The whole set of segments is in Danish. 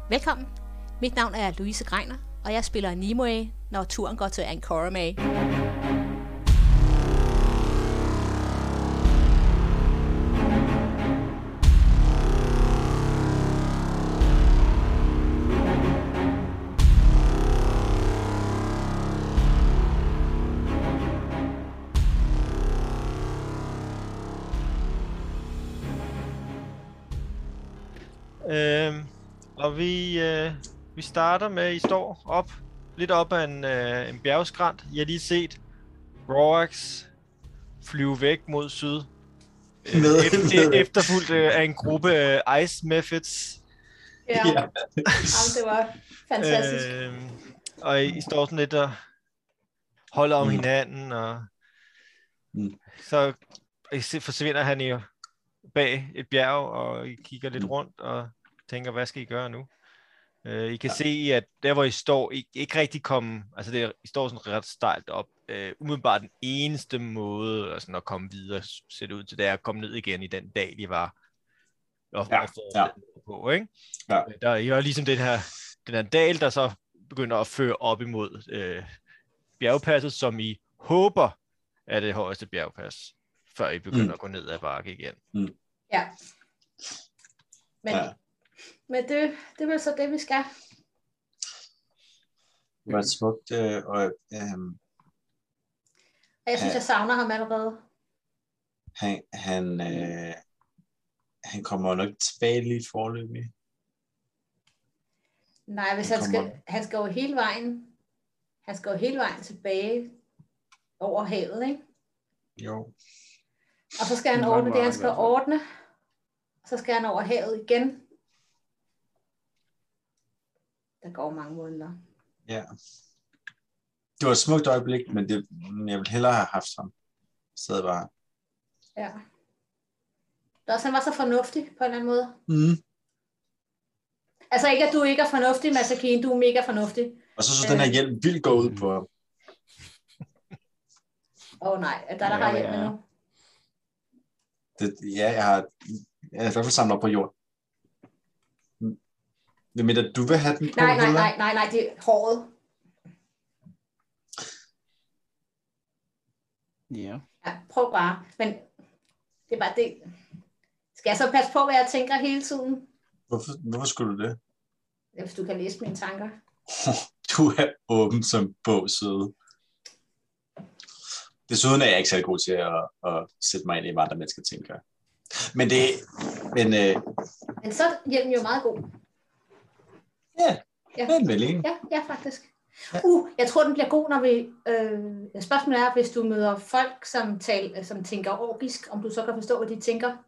Velkommen. Mit navn er Louise Greiner, og jeg spiller Nimue, når turen går til Anchorame. Og vi starter med, at I står lidt op ad en bjergskrænt. I har lige set Rorax flyve væk mod syd. Efterfulgt af en gruppe Ice Methods. Ja, det var fantastisk. Og I står sådan lidt og holder om hinanden, og så forsvinder han jo bag et bjerg, og I kigger lidt rundt og tænker, hvad skal I gøre nu? I kan se, at der hvor I står, ikke rigtig komme, altså I står sådan ret stejlt op. Umiddelbart den eneste måde altså, at komme videre, ser det ud til, det er at komme ned igen i den dal, I var på, ikke? Ja. Der er ligesom den her dal, der så begynder at føre op imod bjergpasset, som I håber er det højeste bjergpas, før I begynder at gå ned ad bakke igen. Ja. Men det er vel så det, vi skal. Det var smukt, og jeg synes, jeg savner ham allerede. Han kommer nok tilbage lige forløbig. Nej, hvis han skal jo hele vejen. Han skal jo hele vejen tilbage over havet, ikke? Jo. Og så skal han ordne det, han skal ordne. Så skal han over havet igen. Der går mange måneder. Ja. Det var et smukt øjeblik, men jeg ville hellere have haft ham. Så bare. Ja. Han var så fornuftig på en eller anden måde. Altså ikke, at du ikke er fornuftig, Masakine. Du er mega fornuftig. Og så den her hjælp vil gå ud på ham. Nej, der har hjælp med nu. Jeg har i hvert fald samlet op på jord. Men du vil have den på? Nej, det er håret. Ja. Ja, prøv bare. Men det er bare det. Skal jeg så passe på, hvad jeg tænker hele tiden? Hvorfor skulle du det? Hvis du kan læse mine tanker. Du er åben som båsøde. Desuden er jeg ikke særlig god til at sætte mig ind i, hvad andre mennesker tænker. Men så er hjælpen jo meget god. Ja. Vel ikke? Ja, faktisk. Jeg tror, den bliver god, når vi... spørgsmålet er, hvis du møder folk, som tænker orgisk, om du så kan forstå, hvad de tænker?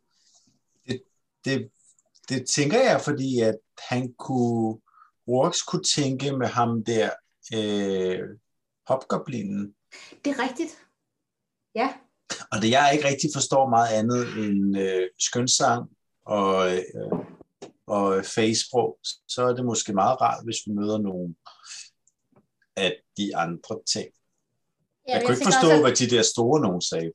Det tænker jeg, fordi at Rorax kunne tænke med ham der, hobgoblinen. Det er rigtigt. Ja. Og det jeg ikke rigtig forstår meget andet end skønsang og fagesprog, så er det måske meget rart, hvis vi møder nogle af de andre ting. Ja, jeg kunne ikke forstå, hvad de der store nogen sagde.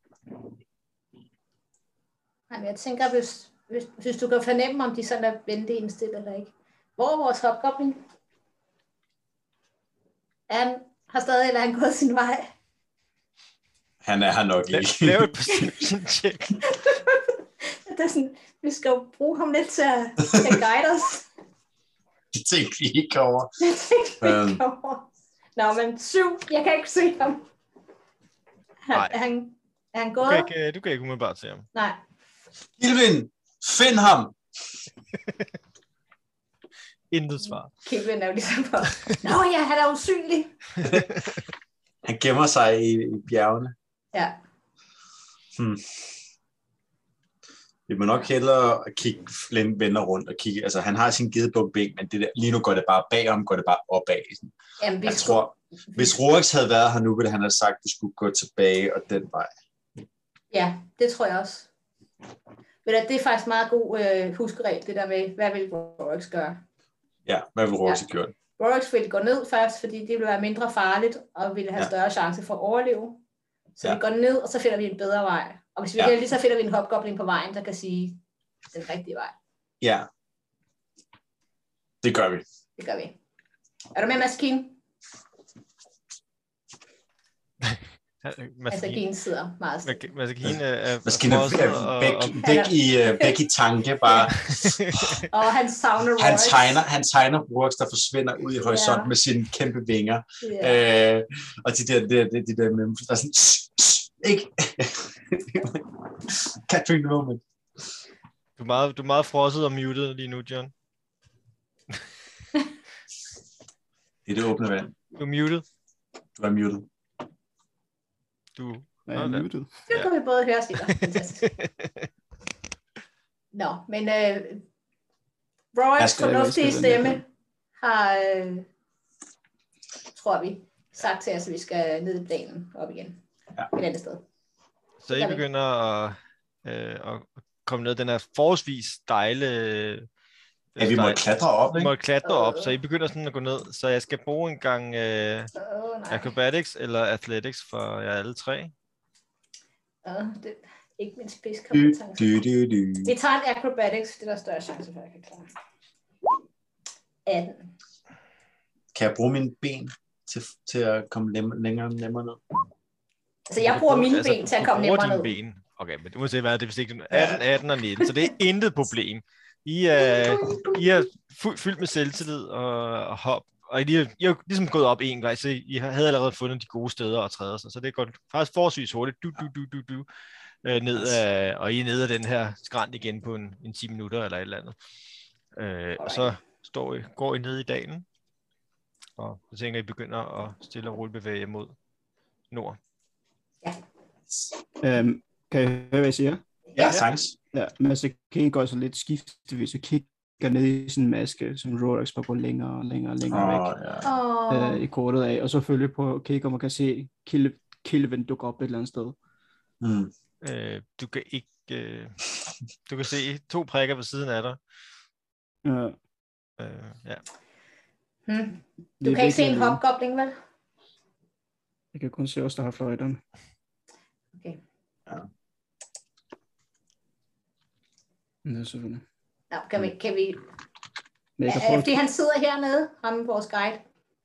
Nej, men jeg tænker, hvis du kan fornemme, om de sådan er venligt indstillet eller ikke. Hvor er vores hobgoblin? Han har stadig, eller han gået sin vej? Han er her nok ikke. Lav et perception check. Det er sådan, vi skal jo bruge ham lidt til at guide os. Det tænkte vi ikke over. Nå, men 7. Jeg kan ikke se ham. Er han gået? Du kan ikke umiddelbart se ham. Nej. Kilvin, find ham! Intet svar. Kilvin er jo ligesom på. Nå ja, han er usynlig. Han gemmer sig i bjergene. Ja. Vi må nok hellere kigge Flynn vender rundt og kigge. Altså, han har sin gedebuk-bæk, men det der, lige nu går det bare bagom, går det bare opad. Jamen, jeg tror, hvis Rorax havde været her nu, ville han have sagt, at du skulle gå tilbage og den vej. Ja, det tror jeg også. Men det er faktisk meget god huskeregel, det der med, hvad vil Rorax gøre? Ja, hvad vil Rorax have gjort? Rorax ville gå ned først, fordi det ville være mindre farligt, og ville have større chance for at overleve. Så vi går ned, og så finder vi en bedre vej. Og hvis vi er heldige, så finder vi en hobgoblin på vejen, der kan sige den rigtige vej. Ja. Det gør vi. Det gør vi. Er du med, Maskine? Maskine sidder meget stille. Maskine er Maskine er væk i tanke, bare. Og han savner Rorax. Han tegner Rorax, der forsvinder ud i horisonten med sine kæmpe vinger. Og de der Memphis, der er sådan, ikke? Catherine moment. Du er meget frosset og muted lige nu, John. I det åbne vand. Du er muted. Du er muted. Du er muted. Det kan vi både høre og sige dig. Fantastisk. Nå, men Rorax fornuftige stemme har, tror vi, sagt til os, at vi skal ned i planen op igen. Et andet sted. Så I begynder at komme ned den her forholdsvis stejle... Ja, vi må klatre op, ikke? Vi må klatre op, så I begynder sådan at gå ned. Så jeg skal bruge en gang acrobatics eller athletics for jer alle tre. Det er ikke min spidskompetence. Vi tager en acrobatics, det er der større chance for, at jeg kan klare. 18. Kan jeg bruge mine ben til at komme nemmere ned? Altså, jeg bruger mine ben til at komme nemmere ned. Ben. Okay, men du må se, hvad det er, hvis ikke 18 og 19, så det er intet problem. I er fyldt med selvtillid og hop, og I har ligesom gået op en vej, så I havde allerede fundet de gode steder at træde sig, så det er godt faktisk forholdsvis hurtigt, ned og I er nede af den her skrant igen på en 10 minutter eller et eller andet. Og så går I ned i dalen, og så tænker I begynder at stille og roligt bevæge mod nord. Ja. Kan jeg høre, hvad I siger? Ja, sagtens. Ja, men så kan I gå så lidt skiftevis og kigger ned i sådan en maske, som Rorax bare går længere og længere væk i kortet af, og så følger på at kigge, om man kan se Kilvin dukke op et eller andet sted. Du kan ikke... du kan se 2 prikker ved siden af dig. Ja. Du kan ikke se en hobgoblin, vel? Jeg kan kun se os, der har fløjterne. Okay. Ja. Ja, selvfølgelig. Ja, kan vi... Fordi han sidder hernede, ham vores guide.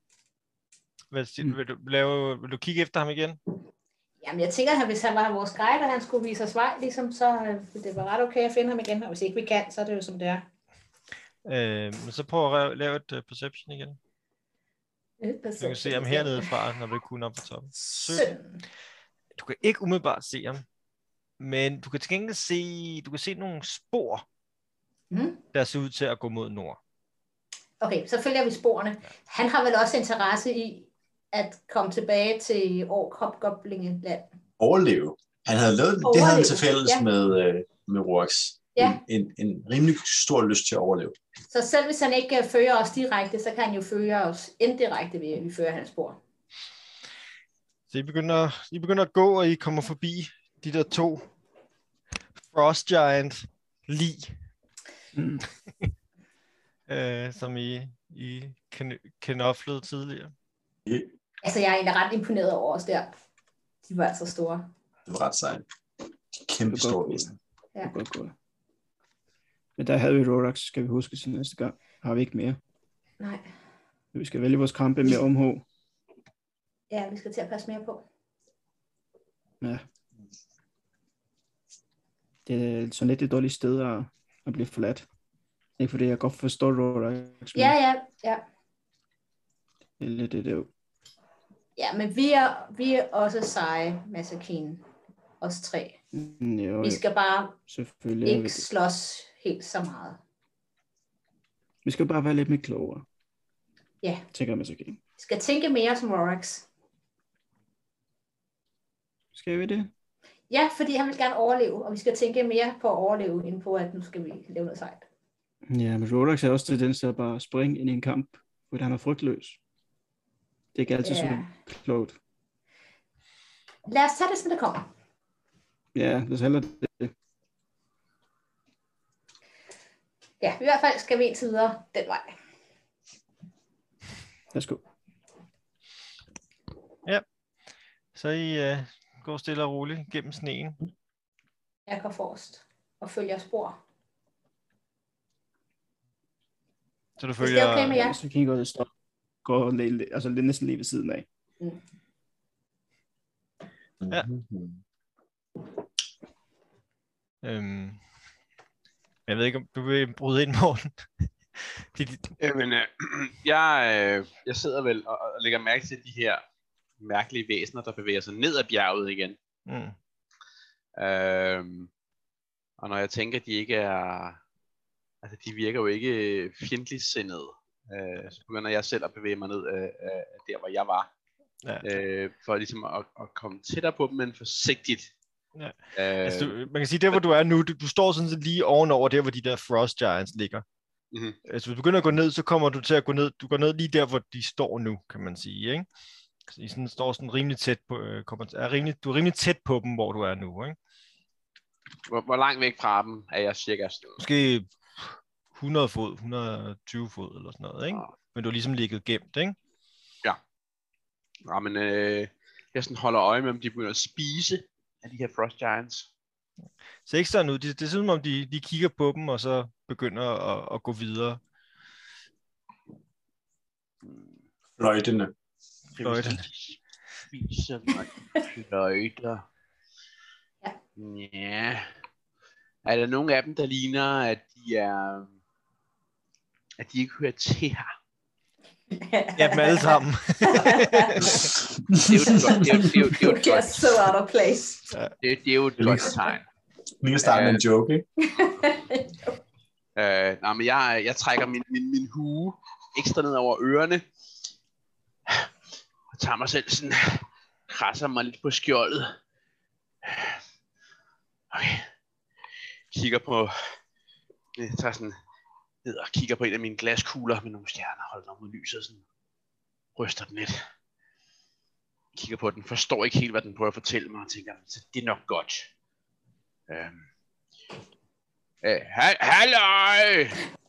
Vil du kigge efter ham igen? Jamen, jeg tænker, at hvis han var vores guide, og han skulle vise os vej, ligesom, så det var ret okay at finde ham igen. Og hvis ikke vi kan, så er det jo som det er. Men så prøv at lave et perception igen. Du kan se ham hernede fra, når vi kun op på toppen. Du kan ikke umiddelbart se ham, men du kan til gengæld se nogle spor, der ser ud til at gå mod nord. Okay, så følger vi sporene. Han har vel også interesse i at komme tilbage til Hobgoblingeland. Overleve. Han havde lavet det, havde han til fælles med Rorax. Ja. En rimelig stor lyst til at overleve. Så selv hvis han ikke fører os direkte, så kan han jo føre os indirekte ved, at vi fører hans spor. Så I begynder at gå, og I kommer forbi de der 2 Frost Giant lig, som I knoflede tidligere. Altså, jeg er egentlig ret imponeret over os der. De var altså store. Det var ret sejt. Kæmpe store væsen. Ja. Men der havde vi Rorax, skal vi huske til næste gang. Har vi ikke mere. Nej. Vi skal vælge vores kampe med omhu. Ja, vi skal til at passe mere på. Ja. Det er sådan lidt et dårligt sted at blive forladt. Ikke fordi jeg godt forstår Rorax. Ja. Det er lidt det der. Ja, men vi er også seje, Masakine. Os 3. Vi skal bare ikke slås helt så meget. Vi skal bare være lidt mere klogere. Ja. Tænker jeg Masakine. Vi skal tænke mere som Rorax. Skal vi det? Ja, fordi han vil gerne overleve, og vi skal tænke mere på at overleve, end på, at nu skal vi lave noget sejt. Ja, men Rorax er også tendens til at bare springe ind i en kamp, hvor han er frygtløs. Det er ikke altid så klogt. Lad os tage det, som det kommer. Ja, lad os hellere det. Ja, i hvert fald skal vi indtil videre den vej. Værsgo. Ja, så I går stille og roligt gennem sneen. Jeg går forrest og følger spor. Så du følger... Det er okay med jer. Så kan I godt stoppe. Gå altså næsten lige ved siden af. Ja. Jeg ved ikke, om du vil bryde ind, Morten. Jamen, jeg sidder vel og lægger mærke til de her mærkelige væsener, der bevæger sig ned ad bjerget igen. Og når jeg tænker, at de ikke er... Altså, de virker jo ikke fjendtligt sindede. Så begynder jeg selv at bevæge mig ned der, hvor jeg var. Ja. For ligesom at komme tættere på dem, men forsigtigt. Ja. Altså, man kan sige, der hvor du er nu, du står sådan set lige ovenover der, hvor de der Frost Giants ligger. Mm-hmm. Så hvis du begynder at gå ned, så kommer du til at gå ned. Du går ned lige der, hvor de står nu, kan man sige, ikke? Så I sådan, står sådan rimelig tæt på, du er rimelig tæt på dem, hvor du er nu, ikke? Hvor langt væk fra dem er jeg cirka? Måske 100 fod, 120 fod eller sådan noget, ikke? Men du er ligesom ligget gemt, ikke? Ja. Ja, men jeg sådan holder øje med, om de begynder at spise af de her Frost Giants. Så ikke sådan ud. Det er sådan, om de kigger på dem, og så begynder at gå videre. Fløjtene. Spiser fløjter. Ja. Er der nogen af dem, der ligner, at de ikke hører til her? Ja, dem alle sammen. Det er jo et godt. So out of place. Det er jo et godt tegn. Vi kan starte med en joke, ikke? Nej, men jeg trækker min hue ekstra ned over ørerne. Og tager mig selv sådan, krasser mig lidt på skjoldet. Okay. Kigger på, jeg tager sådan ned og kigger på en af mine glaskugler med nogle stjerner, holder op mod lyset og sådan ryster den lidt. Kigger på den, forstår ikke helt, hvad den prøver at fortælle mig, og tænker, det er nok godt. Halløj!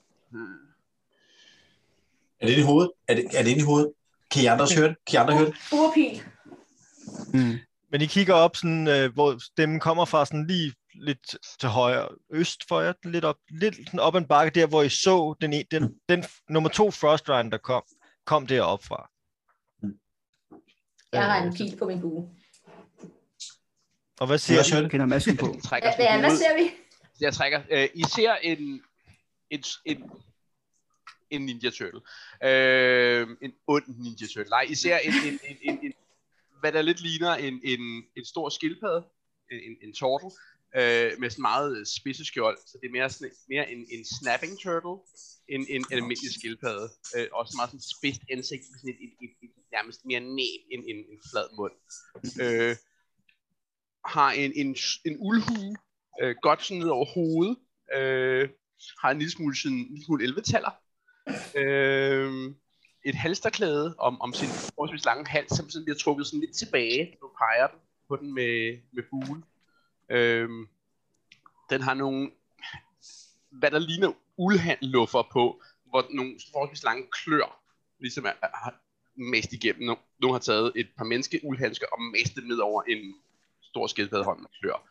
Er det inde i hovedet? Er det inde i hovedet? Kan I andre også høre det? Urpil. Men I kigger op, sådan, hvor stemmen kommer fra, sådan lige lidt til højre øst for jer, lidt sådan op en bakke der, hvor I så den nummer 2 Frost Giant, der kom deroppe fra. Jeg har en pil på min bue. Og hvad siger du? Jeg kender masken på. Ja, hvad ser vi? Jeg trækker. I ser en Ninja Turtle. En ond Ninja Turtle. Nej, I ser en hvad der lidt ligner en stor skildpadde, en turtle, med sådan meget spidse skjold, så det er mere en snapping turtle, end en almindelig skildpadde. Også meget sådan spidst ansigt, med sådan et nærmest mere næb end en flad mund. Har en uldhue, godt sådan ned over hovedet, har en lille smule 11-taller, et halsterklæde om sin forholdsvis lange hals, som sådan bliver trukket sådan lidt tilbage. Nu peger den på den med buen. Den har nogle, hvad der ligner uldhandluffer på, hvor nogle forholdsvis lange klør, ligesom har mast igennem. Nogle har taget et par menneskeuldhandsker og mast dem ned over en stor skildpaddehånd med klør.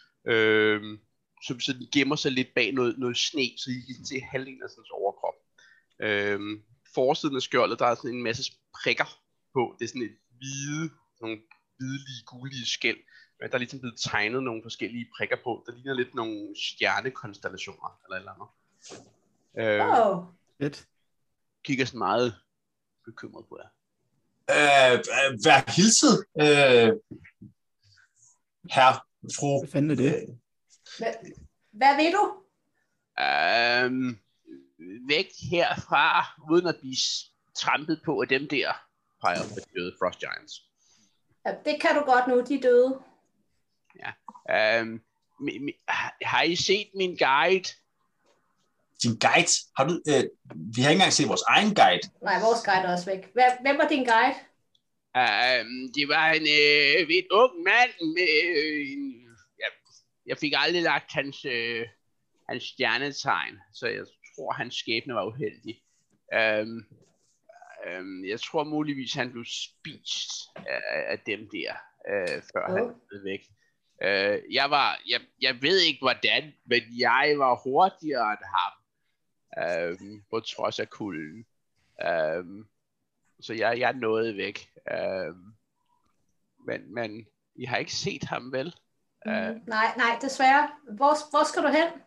Så den gemmer sig lidt bag noget sne, så I kan se halvdelen af sådan overkrop. Forsiden af skjoldet, der er sådan en masse prikker på. Det er sådan et nogle hvidlige, gulige skæl. Der er ligesom blevet tegnet nogle forskellige prikker på. Der ligner lidt nogle stjernekonstellationer eller et eller andet. Fedt. Kigger sådan meget bekymret på jer. Vær hilset, fru. Hvad fanden er det? Hvad ved du? Væk herfra, uden at blive trampet på af dem der, peger på de døde Frost Giants. Ja, det kan du godt nu, de er døde. Ja. Har I set min guide? Din guide? Har du? Vi har ikke engang set vores egen guide. Nej, vores guide er også væk. Hvem var din guide? Det var en ung mand med jeg fik aldrig lagt hans stjernetegn, så jeg tror, hans skæbne var uheldig. Jeg tror muligvis, han blev spist af dem der, før han blev væk. Jeg ved ikke hvordan, men jeg var hurtigere end ham. på trods af kulden. Så jeg nåede væk. Men I har ikke set ham, vel? Nej, desværre. Hvor skal du hen?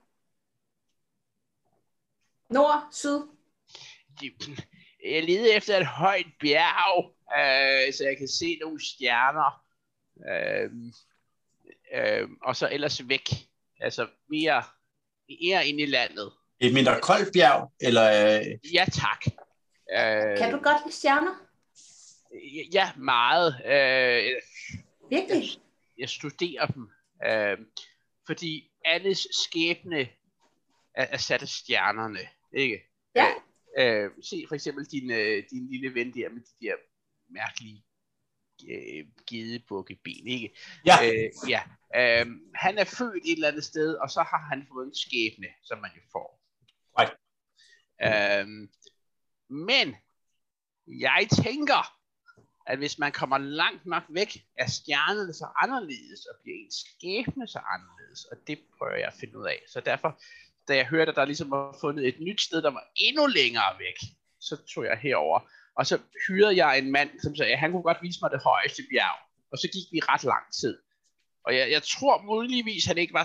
Nord, syd? Jeg leder efter et højt bjerg, så jeg kan se nogle stjerner. Og så ellers væk. Altså mere ind i landet. Et mindre koldt bjerg? Eller... Ja, tak. Kan du godt lide stjerner? Ja, meget. Virkelig? Jeg studerer dem. Fordi alles skæbne er sat af stjernerne. Ikke? Ja. Se for eksempel din lille ven der med de der mærkelige gedebukkenben, ikke? Ja. Han er født et eller andet sted, og så har han fået en skæbne, som man jo får. Right. Men jeg tænker, at hvis man kommer langt nok væk, er stjernerne så anderledes, og bliver ens skæbne så anderledes, og det prøver jeg at finde ud af. Så derfor, da jeg hørte, at der ligesom var fundet et nyt sted, der var endnu længere væk, så tog jeg herover. Og så hyrede jeg en mand, som sagde, at han kunne godt vise mig det højeste bjerg. Og så gik vi ret lang tid. Og jeg tror muligvis, han ikke var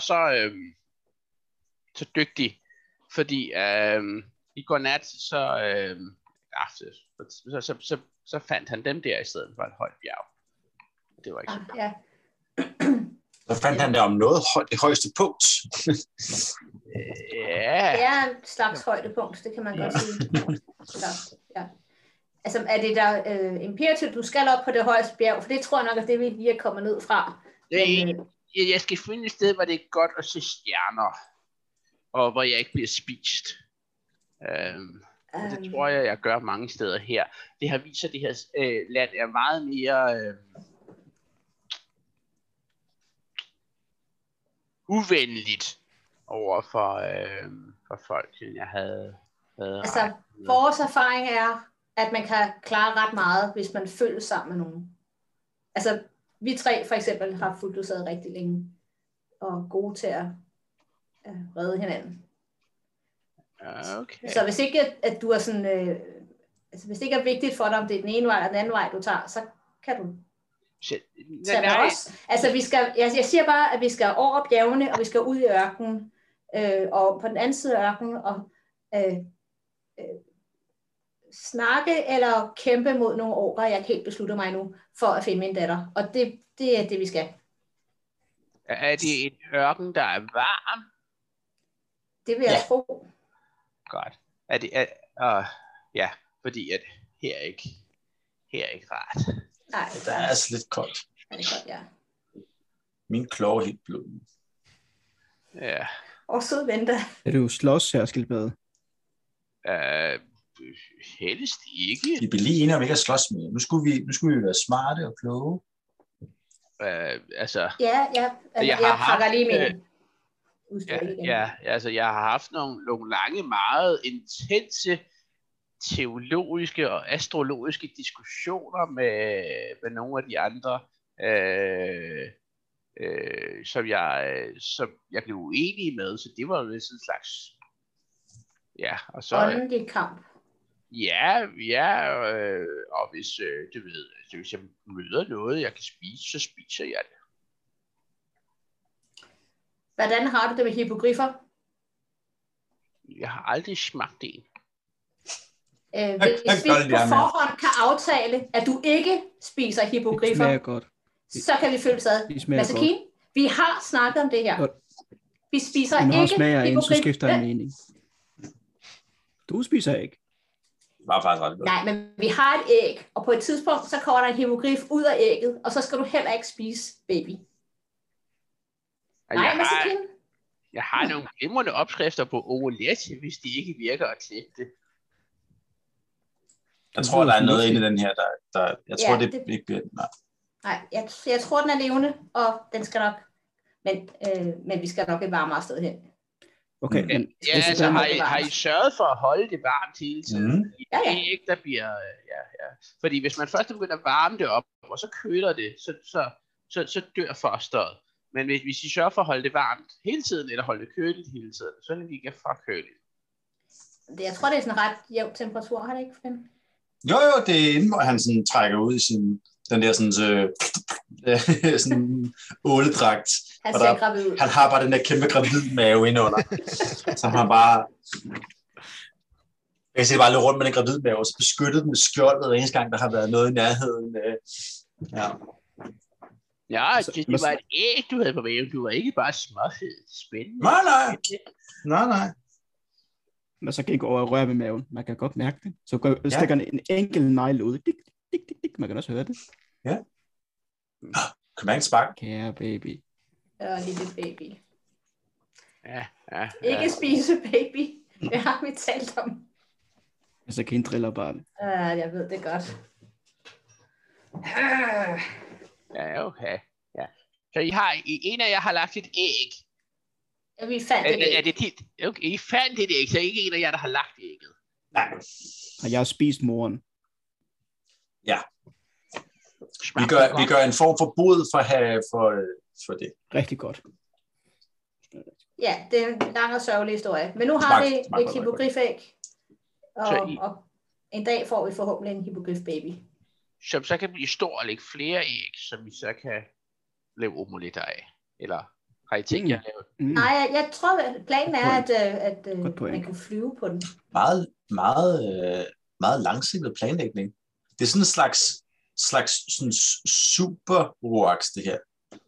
så dygtig. Fordi i går nat, så fandt han dem der i stedet for et højt bjerg. Det var ikke så godt. Ja. Så fandt han der om noget det højeste punkt. Ja. Det er en slags højdepunkt, det kan man godt sige. Ja. Altså er det der imperativt, du skal op på det højeste bjerg, for det tror jeg nok, at det vi lige er kommet ned fra. Jeg skal finde et sted, hvor det er godt at se stjerner, og hvor jeg ikke bliver spist. Det tror jeg gør mange steder her. Det har vist, at det her land er meget mere uvenligt over for folk, end jeg havde altså, vores erfaring er, at man kan klare ret meget, hvis man følges sammen med nogen. Altså, vi tre for eksempel har fulgt os ad rigtig længe, og gode til at redde hinanden. Okay. Så hvis ikke, at du er sådan, altså hvis det ikke er vigtigt for dig, om det er den ene vej eller den anden vej, du tager, så kan du tage med os. Altså, jeg siger bare, at vi skal over bjergene, og vi skal ud i ørkenen, og på den anden side af ørkenen, og snakke eller kæmpe mod nogle orker, jeg kan helt beslutte mig nu, for at finde min datter. Og det er det, vi skal. Er det en ørken, der er varm? Det vil jeg tro. Godt. Er det, ja, fordi at her er ikke rart. Nej, det er altså lidt koldt. Ja, det er koldt, ja. Min kloge er helt blød. Ja. Og så venter. Er du slås her, skildpadde? Helst ikke. Vi bliver lige enige om ikke at slås med. Nu skulle vi være smarte og kloge. Altså. Ja. Altså, jeg pakker lige min. Altså jeg har haft nogle lange, meget intense teologiske og astrologiske diskussioner med nogle af de andre, som jeg blev uenig med, så det var jo sådan en slags og så åndelig kamp. Og hvis du ved, hvis jeg møder noget jeg kan spise, så spiser jeg det. Hvordan har du det med hippogriffer? Jeg har aldrig smagt en. Hvis vi på forhånd kan aftale, at du ikke spiser hippogriffer, det godt. Så kan vi følges ad. Masakine, vi har snakket om det her. Godt. Vi spiser ikke hippogriffer. Så skifter jeg mening. Du spiser ikke. Var faktisk ret godt. Nej, men vi har et æg, og på et tidspunkt, så kommer der en hippogrif ud af ægget, og så skal du heller ikke spise baby. Nej, Masakine. Jeg har nogle glimrende opskrifter på omelette, hvis de ikke virker at klippe det. Jeg tror, der er noget inde i den her, der jeg tror, det ikke bliver... Nej, jeg tror, den er levende, og den skal nok... Men vi skal nok et varmere sted hen. Okay. Altså, har I sørget for at holde det varmt hele tiden? Ja. Det er ikke, der bliver... Fordi hvis man først begynder at varme det op, og så køler det, så dør fosteret. Men hvis I sørger for at holde det varmt hele tiden, eller holde det køligt hele tiden, så er det ikke fra køligt. Jeg tror, det er sådan ret jævn temperatur, har det ikke, Flynn? Jo, det er inden, hvor han sådan trækker ud i den der sådan åledragt. Han ser gravid ud. Han har bare den der kæmpe gravid mave indenunder. Så han bare... Jeg kan se bare lidt rundt med den gravid mave, og så beskyttet med skjoldet, hver eneste gang, der har været noget i nærheden. Ja. Ja, det var et æg, du havde på maven. Du var ikke bare småfed. Spændende. Nej. Man så kan ikke over og røre ved maven. Man kan godt mærke det. Så stikker en enkelt negl ud. Dik, dik, dik, dik. Man kan også høre det. Ja. Kan man ikke sparke? Kære baby. Lille baby. Ja. Ikke spise baby. Det har vi talt om. Altså kan driller barn. Jeg ved det godt. Ja, okay. Ja. Så en af jer har lagt et æg. Ja, vi fandt et æg. Er det dit? Okay, I fandt et æg, så ikke en af jer, der har lagt ægget. Nej. Og jeg har spist moren. Ja. Vi gør en form for bod for det. Rigtig godt. Ja, det er en lang og sørgelig historie. Men nu har vi et hippogriffæg. Og en dag får vi forhåbentlig en hippogriff-baby. Som så kan blive stor og lægge flere æg, som vi så kan lave omeletter af. Eller har I tænkt jer at lave? Nej, jeg tror, planen er, at man kan flyve på den. Meget langsigtet planlægning. Det er sådan en slags sådan super-roax, det her.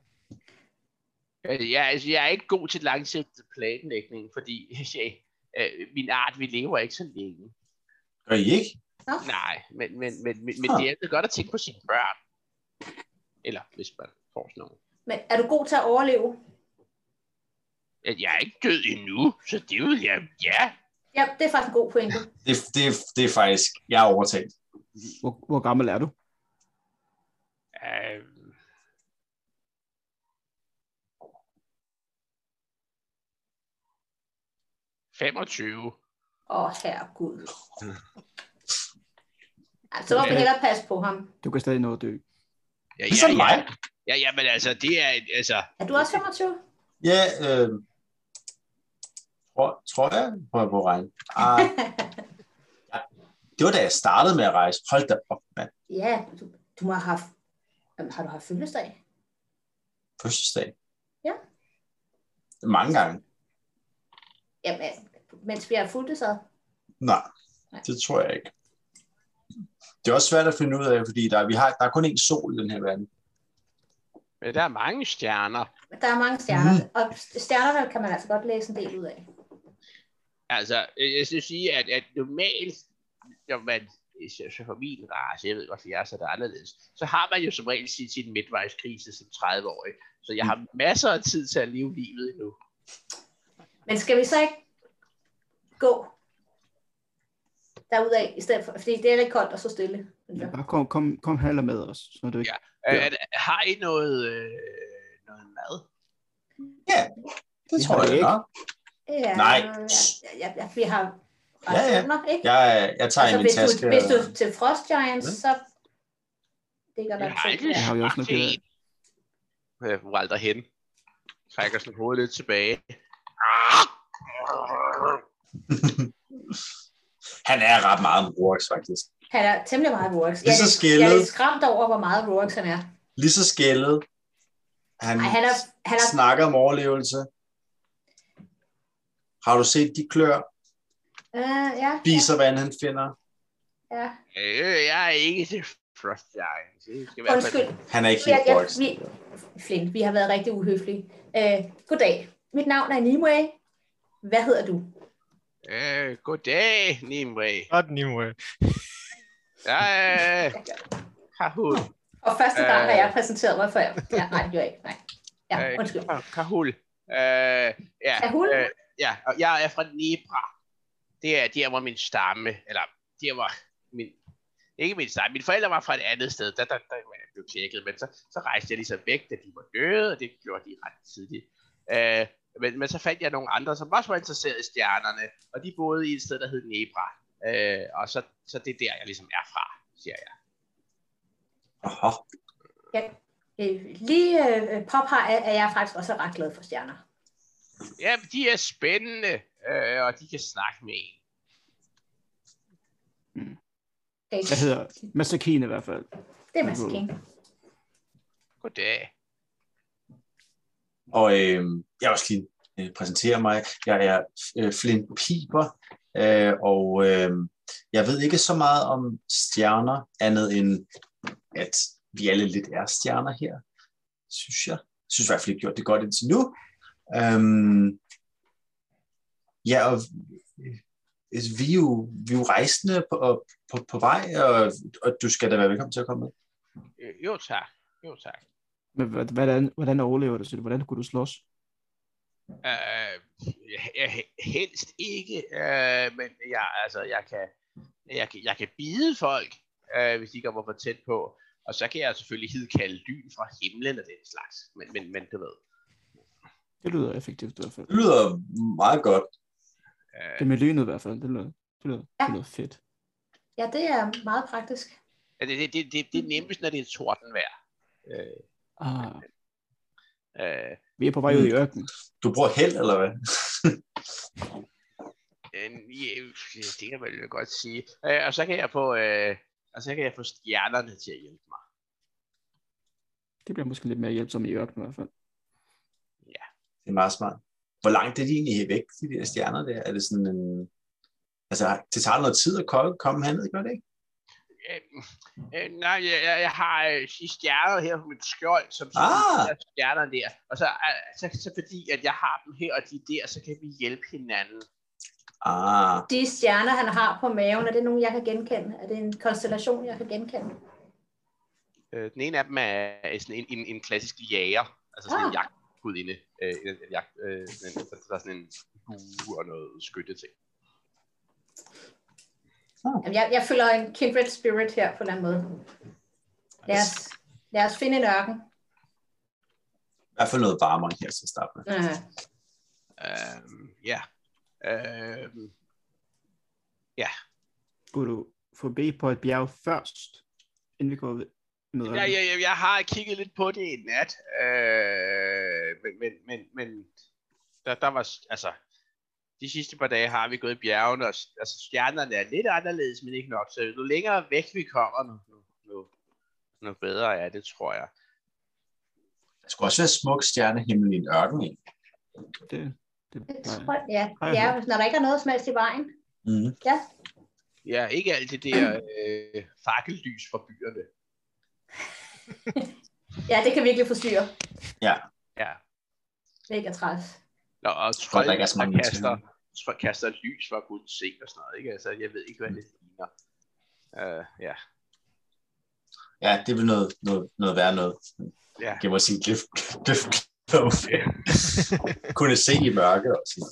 Jeg er ikke god til langsigtet planlægning, fordi min art, vi lever ikke så længe. Gør I ikke? Nej, men det er altid godt at tænke på sine børn. Eller hvis man får sådan noget. Men er du god til at overleve? Jeg er ikke død endnu, så det vil jeg, ja. Ja, det er faktisk en god pointe. Det er faktisk, jeg er overtalt. Hvor gammel er du? 25. Herregud. Så må vi hellere passe på ham. Du kan stadig nå at dø. Ligesom mig. Ja, men altså, det er, altså... Er du også 25? Ja, tror jeg, prøver på at regne. Det var da jeg startede med at rejse. Hold da op, mand. Ja, du må have haft... Har du haft fødselsdag? Fødselsdag? Ja. Mange gange. Jamen, mens vi har fulgt så? Nej, det tror jeg ikke. Det er også svært at finde ud af, fordi der er kun én sol i den her verden. Men der er mange stjerner. Der er mange stjerner, og stjernerne kan man altså godt læse en del ud af. Altså, jeg skal sige, at normalt, når man så for min race, jeg ved godt, at jeg er så der anderledes, så har man jo som regel sin midtvejskrise som 30-årig. Så jeg har masser af tid til at leve livet endnu. Men skal vi så ikke gå derudad i stedet for, fordi det er rigtig koldt og så stille. Ja, bare kom heller med os. Så du ikke... Har I noget mad? Ja, det tror jeg ikke. Ja, nej. Ja, vi har rationer, ikke? Jeg tager i min taske. Hvis du til Frost Giants, så ligger der ting. Jeg har jo også noget Walter hen. Trækker sådan hovedet lidt tilbage. Han er ret meget Roax, faktisk. Han er temmelig meget Roax. Jeg er lidt skræmt over, hvor meget Roax han er. Lige så skældet. Han snakker om overlevelse. Har du set de klør? Ja. Spiser, hvad han finder? Ja. Jeg er ikke til Frost Giants. Undskyld. Han er ikke helt Roax. Flint, vi har været rigtig uhøflige. Goddag. Mit navn er Nimue. Hvad hedder du? Goddag, Nimue. Godt, Nimue. Kahul. Og første gang har jeg præsenteret mig før. Ja, nej, det gør jeg ikke. Nej. Ja, undskyld. Kahul. Kahul? Ja, og jeg er fra Nebra. Det er der, hvor min stamme, eller der var min, ikke min stamme, mine forældre var fra et andet sted, der blev tjekket, men så rejste jeg ligesom væk, da de var døde, og det gjorde de ret tidligt. Men så fandt jeg nogle andre, som også var interesseret i stjernerne, og de boede i et sted, der hed Nebra. Og så det er der, jeg ligesom er fra, siger jeg. Aha. Ja, lige påpege, at jeg faktisk også er ret glad for stjerner. Ja, de er spændende, og de kan snakke med en. Jeg hedder Masakin i hvert fald. Det er Masakin. Goddag. Og jeg også lige præsentere mig. Jeg er Flint Piper, og jeg ved ikke så meget om stjerner, andet end at vi alle lidt er stjerner her, synes jeg. Jeg synes i hvert fald ikke gjort det godt indtil nu. Ja, og vi er jo rejsende på vej, og du skal da være velkommen til at komme med. Jo tak. Men hvordan overlever du det? Hvordan kunne du slås? Helst ikke, men jeg kan bide folk, hvis de kommer for tæt på. Og så kan jeg selvfølgelig hidkalde lyn fra himlen og den slags. Men du ved. Det lyder effektivt i hvert fald. Det lyder meget godt. Det med lynet i hvert fald, det lyder fedt. Ja, det er meget praktisk. Ja, det er nemmest, når det er tordenvejr. Vi er på vej ud i ørkenen. Du bruger held, eller hvad? Det kan man jo godt sige. Og så kan jeg få stjernerne til at hjælpe mig. Det bliver måske lidt mere hjælpsomt i ørkenen i hvert fald. Ja. Det er meget smart. Hvor langt er de egentlig væk, de der stjerner der? Er det sådan en... Altså, det tager noget tid at komme herned, gør det ikke? Nej, jeg har stjerner her på mit skjold, som er stjerner der. Og så fordi, at jeg har dem her, og de der, så kan vi hjælpe hinanden. De stjerner, han har på maven, er det nogen, jeg kan genkende? Er det en konstellation, jeg kan genkende? Den ene af dem er sådan en klassisk jager, altså sådan en jagtgudinde. Der er sådan en bue og noget skytte ting. Jeg føler en kindred spirit her på den måde. Lad os finde en ørken. I hvert fald noget varmere her til at starte med. Ja. Skulle du forbi på et bjerg først, inden vi går med ørken? Jeg har kigget lidt på det i nat. Men der var, altså, de sidste par dage har vi gået i bjergene, og altså, stjernerne er lidt anderledes, men ikke nok. Så jo længere væk vi kommer, nu bedre er det, tror jeg. Der skulle også være smuk stjernehimmel i en ørken, ikke? Ja, når der ikke er noget som helst i vejen. Mm. Ja. Ja, ikke alt det der fakkellys fra byerne. Ja, det kan virkelig forstyrre. Ja. Det er ikke træls. Nå, og træl kaster lys for at kunne se og sådan noget, ikke? Altså, jeg ved ikke, hvad det ligner. Ja, det er vel noget værre noget. Ja. Jeg må sige, kunne se i mørke også.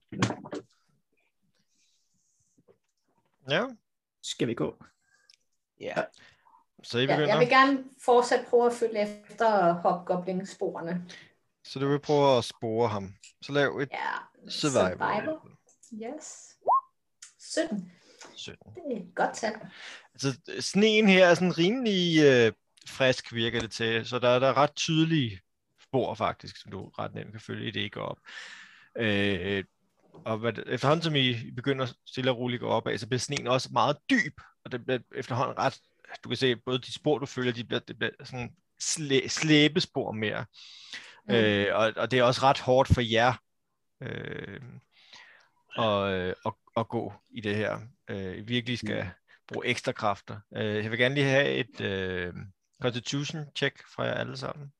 Ja. Skal vi gå? Ja. Så I begynder? Jeg vil gerne fortsat prøve at følge efter hobgoblin-sporene. Så du vil prøve at spore ham. Så lav et survival. Yes. 17. Det er et godt tal. Altså, sneen her er sådan rimelig frisk, virker det til. Så der er ret tydelige spor faktisk, som du ret nemt kan følge, i det ikke op. Og efterhånden som I begynder stille og roligt at gå opad, så bliver sneen også meget dyb. Og det bliver efterhånden ret, du kan se, både de spor, du følger, det bliver sådan slæbespor mere. Og det er også ret hårdt for jer at gå i det her. I virkelig skal bruge ekstra kræfter. Jeg vil gerne lige have et constitution check fra jer alle sammen.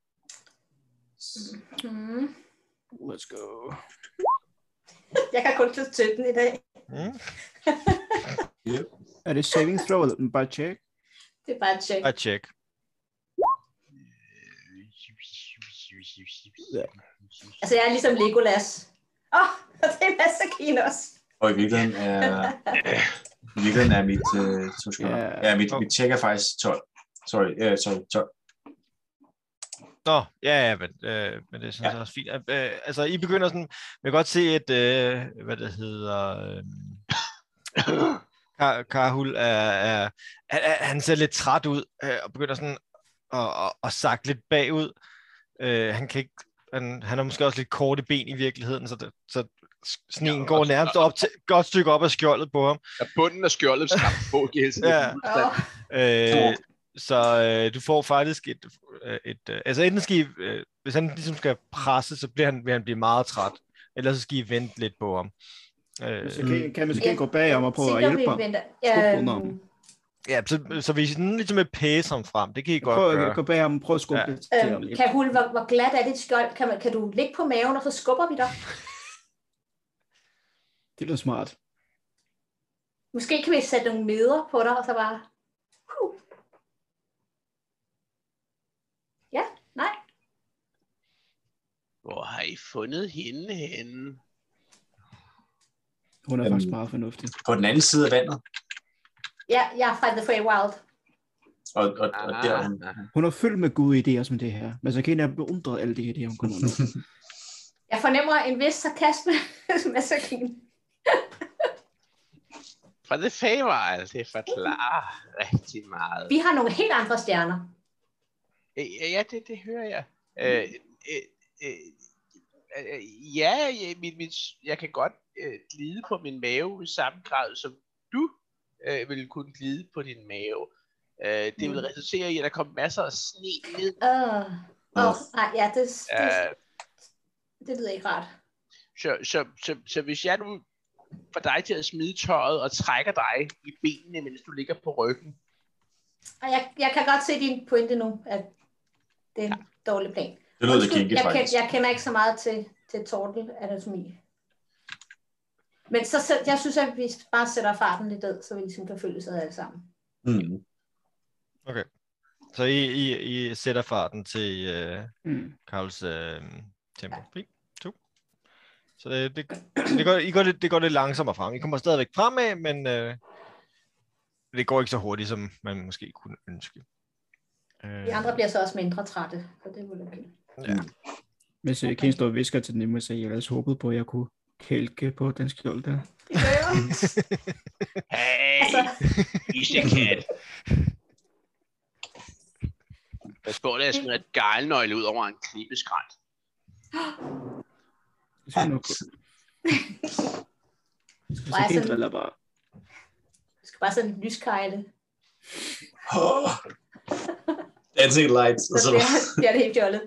Let's go. Jeg kan kun til 17 i dag. Yep. Er det saving throw eller bare check? Det er bare et check. Bare check. Altså, jeg er ligesom Legolas. Og det er Masakin også. Og i virkeligheden er mit mit check er faktisk 12. Sorry, 12. Nå, men det er sådan også fint. Altså, I begynder sådan, man kan godt se, at, hvad det hedder, Karhul han ser lidt træt ud, og begynder sådan at sakke lidt bagud. Han kan ikke han har måske også lidt korte ben i virkeligheden, så sneen går nærmest op til godt stykke op af skjoldet på ham. Ja, bunden af skjoldet skræmt på, Så du får faktisk altså enten skal I, hvis han ligesom skal presse, så vil han blive meget træt. Ellers så skal I vente lidt på ham. Kan man så gå bag om og prøve at hjælpe ham? Ja, så hvis I ligesom vil pæse ham frem, det kan I godt gøre. Prøv at gå bag ham og prøve at skubbe det til ham. Kahul, hvor glat er dit skjold? Kan du ligge på maven, og så skubber vi dig? Det lyder smart. Måske kan vi sætte nogle meder på dig, og så bare... Ja, nej. Hvor har I fundet hende henne? Hun er faktisk meget fornuftig. På den anden side af vandet. Ja, jeg er fra The Feywild. Og der hun er fyldt med gode idéer som det her. Men så kan jeg beundre alle de idéer, hun kommer med. Jeg fornemmer en vis sarkasme med Sakine. Fra The Feywild, det forklarer rigtig meget. Vi har nogle helt andre stjerner. Ja, det hører jeg. Jeg kan godt glide på min mave i samme grad, som du vil kunne glide på din mave. Det vil resultere i, at der kommer masser af sne ned. Det lyder ikke rart. Så hvis jeg nu får dig til at smide tøjet og trækker dig i benene, mens du ligger på ryggen. Og jeg kan godt se din pointe nu, at det er en dårlig plan. Det lyder kinky, faktisk. Jeg kender ikke så meget til tortelanatomi. Men så jeg synes, at vi bare sætter farten lidt ned, så vi ligesom kan følge sig alle sammen. Mm. Okay. Så I sætter farten til Karls tempo. 2. Så det går lidt langsommere frem. I kommer stadigvæk fremad, men det går ikke så hurtigt, som man måske kunne ønske. De andre bliver så også mindre trætte, så det er okay. Ja. Hvis jeg kan stå og visker til dem, så jeg ellers håbede på, at jeg kunne kælke på den skjold der. Det gør jeg. Hey, isekat. Pas på, at jeg smider et gejlnøgle ud over en klippeskrænt. Det er nok godt. Du skal bare sådan en lyskejle. Dancing lights. Så bliver det helt fjollet.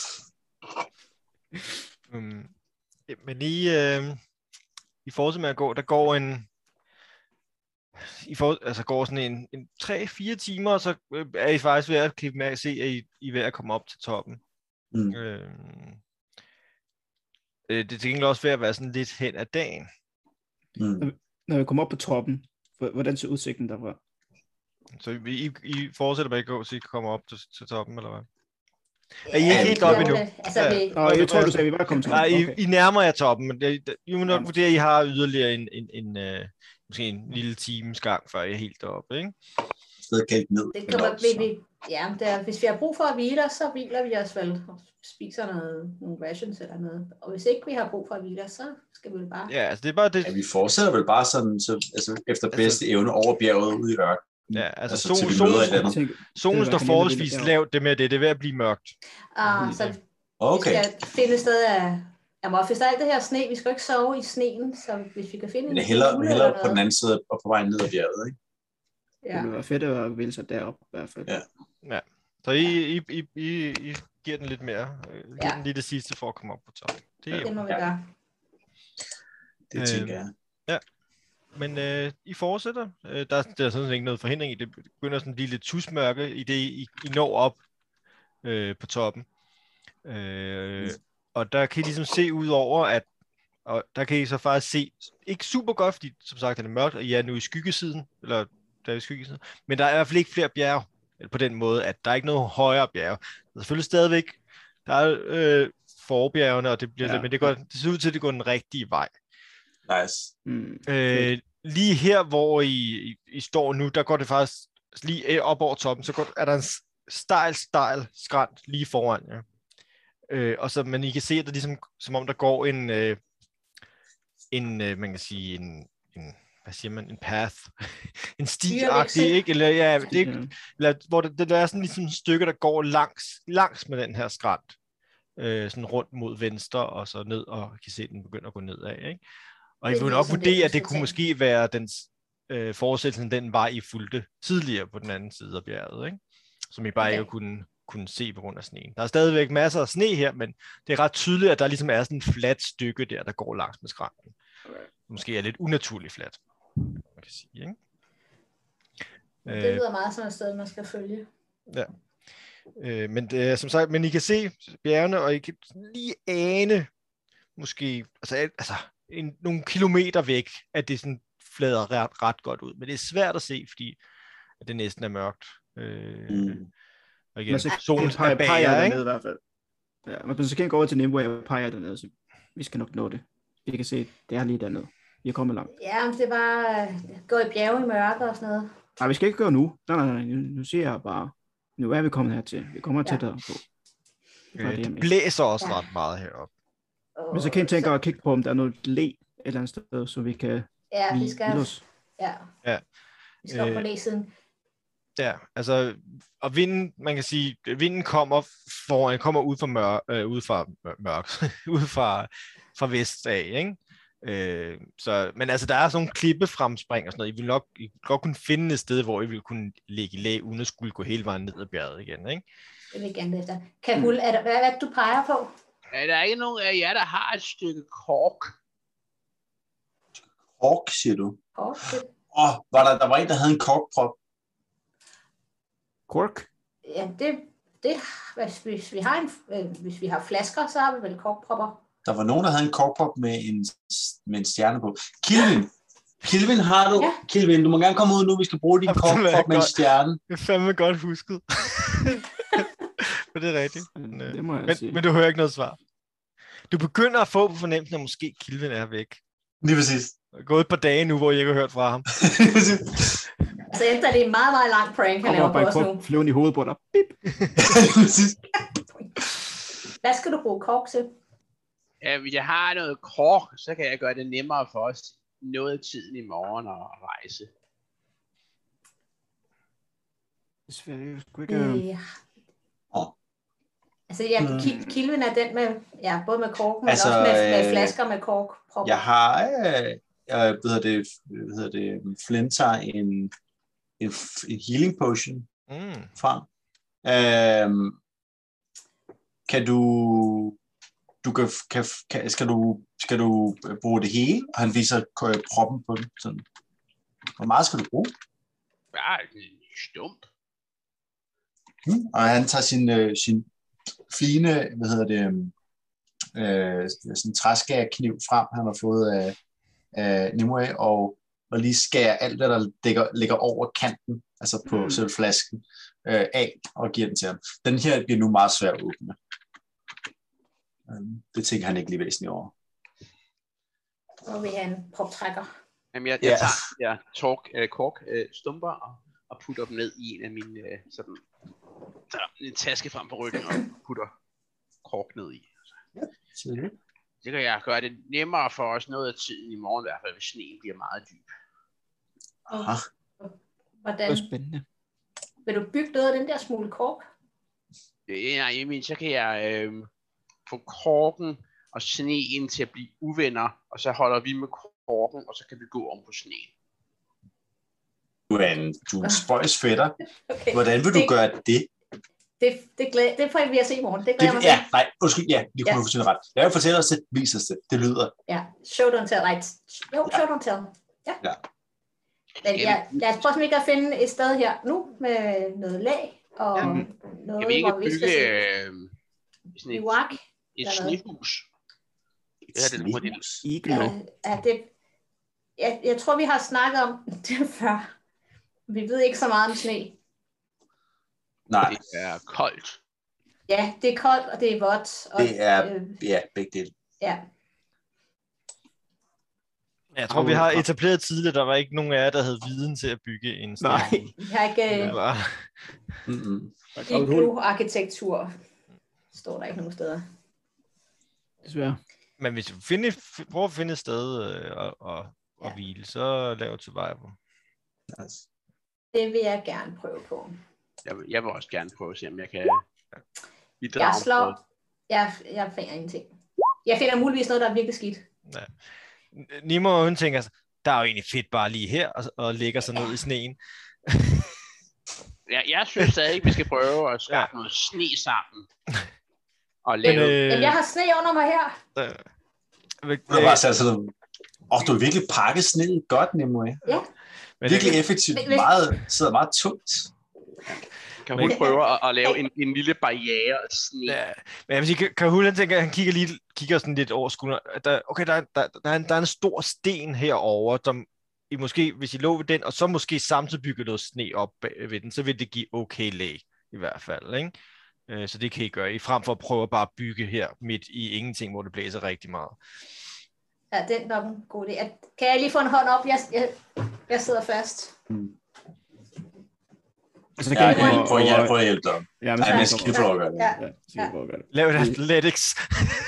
Men I fortsætter med at gå, der går går sådan en 3-4 timer, og så er I faktisk ved at klippe med at se, at I er ved at komme op til toppen. Det er til gengæld også ved at være sådan lidt hen ad dagen. Når vi kommer op på toppen, hvordan ser udsigten derfra? Så I fortsætter med at gå, så I kommer op til toppen, eller hvad? Er I ikke helt oppe endnu? Jeg tror, du sagde, at vi bare kom til toppen. Nej, I nærmer jer toppen, men I må nok vurdere, at I har yderligere måske en lille times gang, før I er helt oppe, ikke? Det kommer, hvis vi har brug for at hvile os, så hviler vi os vel og spiser nogle rations eller noget. Og hvis ikke vi har brug for at hvile os, så skal vi vel bare... Ja, altså det er bare det... Ja, vi fortsætter vel bare sådan, efter bedste evne over bjerget ud i ørken. Ja, altså solen står forholdsvis lavt, det er ved at blive mørkt. Så vi skal finde et sted af... Jamen, hvis der er alt det her sne, vi skal ikke sove i sneen, så hvis vi kan finde en hellere på den anden side og på vejen ned ad bjerget, ikke? Ja. Det ville være fedt at vælge sig derop i hvert fald. Ja. Så I giver den lidt mere. Giver den lige det sidste for at komme op på toppen. Det må vi gøre. Det tænker jeg. Ja. Men I fortsætter. Der er sådan ikke noget forhindring i. Det begynder sådan at blive lidt tusmørke, i det I når op på toppen. Og der kan I ligesom se ud over, og der kan I så faktisk se, ikke super godt, fordi som sagt det er mørkt, og I er nu i skyggesiden, eller der er i skyggesiden, men der er i hvert fald ikke flere bjerge, på den måde, at der er ikke noget højere bjerge. Der er selvfølgelig stadigvæk, der er forbjergene, og det bliver men det ser ud til, at det går den rigtige vej. Nice. Lige her, hvor I står nu, der går det faktisk lige op over toppen, så er der en stejl skrant lige foran jer. Og så men I kan se, at der ligesom, som om der går man kan sige en hvad siger man, en path, en sti-agtig, ikke? Eller hvor der er sådan ligesom stykker, der går langs med den her skrant. sådan rundt mod venstre, og så ned, og kan se, at den begynder at gå nedad, ikke? Og jeg vil nok vurdere, at det kunne måske være dens fortsættelsen, den vej, I fulgte tidligere på den anden side af bjerget, ikke? Som I bare ikke kunne se på grund af sneen. Der er stadigvæk masser af sne her, men det er ret tydeligt, at der ligesom er sådan et fladt stykke der går langs med skranken. Måske er lidt unaturligt fladt, man kan sige, ikke? Det lyder meget sådan et sted, man skal følge. Ja. Men som sagt, men I kan se bjergene, og I kan lige ane, måske, altså nogle kilometer væk, at det sådan flader ret godt ud. Men det er svært at se, fordi at det næsten er mørkt. Og igen, solen er bag jer, ikke? I hvert fald. Ja, men så kan jeg gå over til Nimue og peger dernede, så vi skal nok nå det. Vi kan se, det er lige dernede. Vi er kommet langt. Ja, men det var gå i bjerge i mørke og sådan noget. Nej, vi skal ikke gøre nu. Nej. Nu siger jeg bare, nu er vi kommet hertil. Vi kommer tættere på. Det blæser også ret meget heroppe. Men så kan jeg tænke at kigge på, om der er noget læ et eller andet sted, så vi kan vi skal os. Ja. Vi skal op på læsiden. Ja, altså, og vinden, man kan sige, vinden kommer ud fra vest af, ikke? Men altså, der er sådan nogle klippefremspring og sådan noget. I vil nok godt kunne finde et sted, hvor I vil kunne ligge i læ, uden at skulle gå hele vejen ned ad bjerget igen, ikke? Det vil jeg gerne efter. Kahul, hvad er det, du peger på? Er der ikke nogen af jer, der har et stykke kork? Kork, siger du? Kork? Der var en, der havde en korkprop. Kork? Ja, hvis vi har flasker, så har vi vel korkpropper. Der var nogen, der havde en korkprop med en stjerne på. Kilvin, har du? Ja. Kilvin, du må gerne komme ud nu, vi skal bruge din korkprop med en stjerne. Det er fandme godt husket. Men det er rigtigt. Men du hører ikke noget svar. Du begynder at få på fornemmelsen, at måske Kilvin er væk. Lige præcis. Det er gået et par dage nu, hvor jeg ikke har hørt fra ham. Så efter det er en meget, meget lang prank, han laver på os nu. Flyven i hovedet på dig. Bip. Hvad skal du bruge kork til? Ja, hvis jeg har noget kork, så kan jeg gøre det nemmere for os noget af tiden i morgen at rejse. Desværre, ikke... Altså, Kilvin er den med, både med korken, men også med flasker med korkpropper. Jeg har, Flint tager en healing potion fra. Kan du skal du bruge det hele? Og han viser proppen på den. Sådan. Hvor meget skal du bruge? Ja, stumt. Og han tager sin fine, sådan en træskærkniv frem, han har fået af Nimue, og lige skærer alt, hvad der ligger over kanten, altså på selv flasken, af, og giver den til ham. Den her bliver nu meget svær at åbne. Det tænker han ikke lige væsentligt over. Og vi har en proptrækker. Jamen, jeg tager kork stumper og putter dem ned i en af mine sådan en taske frem på ryggen og putter kork ned i. Ja, det kan jeg gøre det nemmere for os noget af tiden i morgen, i hvert fald hvis sneen bliver meget dyb. Aha. Hvordan? Det er spændende. Vil du bygge noget af den der smule kork? Nej, så kan jeg få korken og sneen til at blive uvenner, og så holder vi med korken, og så kan vi gå om på sneen. Du er en spøjs fætter. Okay. Hvordan vil du gøre det? Det får vi at se i morgen. Det glæder mig til. Undskyld, lige kunne du fortælle ret. Jeg vil fortælle os, det viser sig. Det lyder. Ja, show don't tell, right? Show don't tell. Ja. Men lad os prøve ikke at finde et sted her nu, med noget lag, og noget, kan vi ikke bygge et snehus? Jeg tror, vi har snakket om det før. Vi ved ikke så meget om sne. Nej. Det er koldt. Ja, det er koldt, og det er vådt. Og, det er begge dele. Ja. Jeg tror, vi har etableret tidligere, der var ikke nogen af jer, der havde viden til at bygge en sted. Nej, vi har ikke iglo-arkitektur. Står der ikke nogen steder. Desværre. Men hvis vi prøver at finde et sted og hvile, så lav til vej på. Det vil jeg gerne prøve på. Jeg vil også gerne prøve at se, om jeg kan bidrage. Jeg finder ingenting. Jeg finder muligvis noget, der er virkelig skidt. Ja. Nimo, hun tænker, der er jo egentlig fedt bare lige her, og lægger sig ned i sneen. Ja, jeg synes stadig ikke, vi skal prøve at skaffe noget sne sammen. Og lave... jeg har sne under mig her. Du har virkelig pakket sneet godt, Nemo. Ja. Virkelig effektivt. Sidder meget tungt. Kan hun prøve at lave en lille barriere af sne? Ja. Men jeg vil sige, Kahul, han tænker, han kigger sådan lidt over skulderen. Der er en stor sten herover, som I måske, hvis I lå ved den, og så måske samtidig bygge noget sne op ved den, så vil det give okay læg, i hvert fald, ikke? Så det kan I gøre, frem for at prøve at bare bygge her midt i ingenting, hvor det blæser rigtig meget. Ja, den er en god idé. Kan jeg lige få en hånd op? Jeg sidder fast. Så kan jeg prøve at hjælpe dig. Ja, men jeg skal prøve at gøre det. Lav et athletics.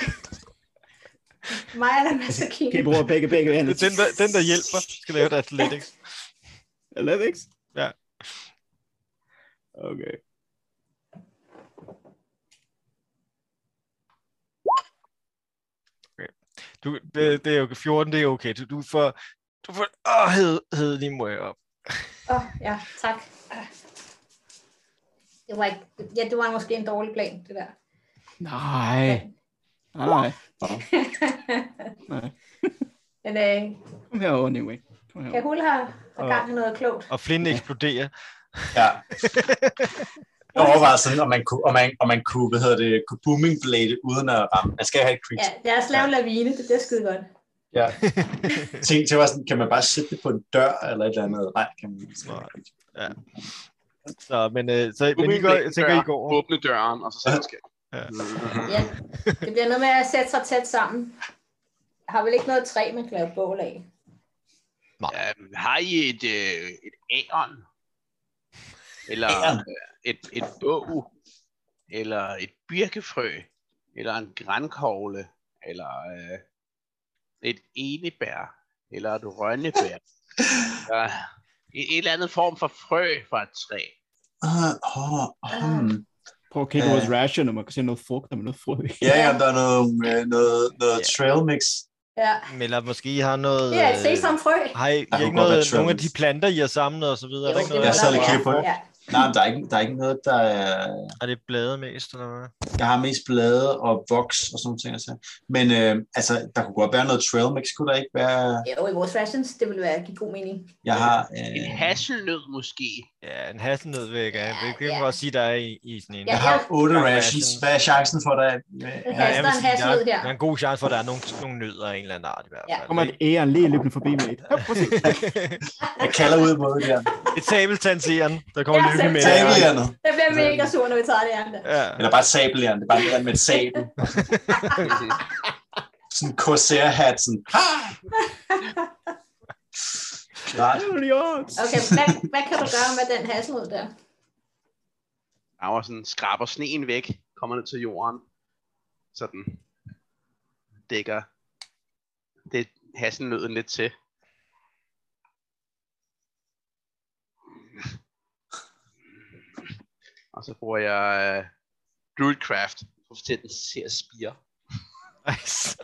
Mig eller Masakine? Kan I bruge begge hænder? Den, der hjælper, skal lave et athletics. Athletics? Ja. Okay. Det er jo 14, det er okay. Du får hed Nimo op. Ja, tak. Det var måske en dårlig plan, det der. Nej. Men kom herover, Nimo. Kan Hul have gang i noget klogt? Og Flint eksploderer. Ja. Jeg overvejede sådan, om man kunne, kunne booming blade uden at ramme. Man skal have et crit. Ja, lad os lave en lavine, det er skide godt. Ja. Tænk til sådan, kan man bare sætte det på en dør eller et eller andet? Nej, kan man ikke. Ja. Men I tænker, I går. Åbne døren, og så sætter skæld. Ja, det bliver noget med at sætte sig tæt sammen. Jeg har vel ikke noget træ, man kan lave bål af? Har I et æren? Eller et bog? Eller et birkefrø? Eller en grankogle? Eller et enebær? Eller et rønnebær? Eller et eller andet form for frø fra et træ? Prøv at kigge vores ration, og man kan se noget frugt med noget frø. Ja, der er noget trail mix. Ja. Eller måske I har noget... Det er et sesamfrø. Har I ikke nogle af de planter, I har samlet og så videre? Jo, jeg sad lige kigge på det. Nej, der er ikke noget, der er... Er det blade mest, eller hvad? Jeg har mest blade og voks og sådan nogle ting. Men der kunne godt være noget trail mix, kunne der ikke være... Jo, i vores rations, det ville give god mening. Jeg har... En hasselnød måske. Ja, en hasselnød vil jeg gerne. Det kan man godt sige, der er i sådan en. Jeg har 8 rations. Hvad er chancen for, der der er en god chance for, at der er nogle nødder af en eller anden art i hvert fald. Kommer et æren lige løbende forbi med et. Jeg kalder ud mod det der. Et sabeltandsæren, der kommer løbende med. Sabeljernet. Det bliver mega sur, når vi tager det andet. Ja. Eller bare et sabeljernet. Det er bare med et sabel. Sådan en corsair-hat. Sådan. Okay, hvad kan du gøre med den hasselnød der? Jeg sådan skraber sneen væk, kommer ned til jorden, sådan dækker det hasselnøden lidt til. Og så bruger jeg Druidcraft, for at den ser at spire. Nice.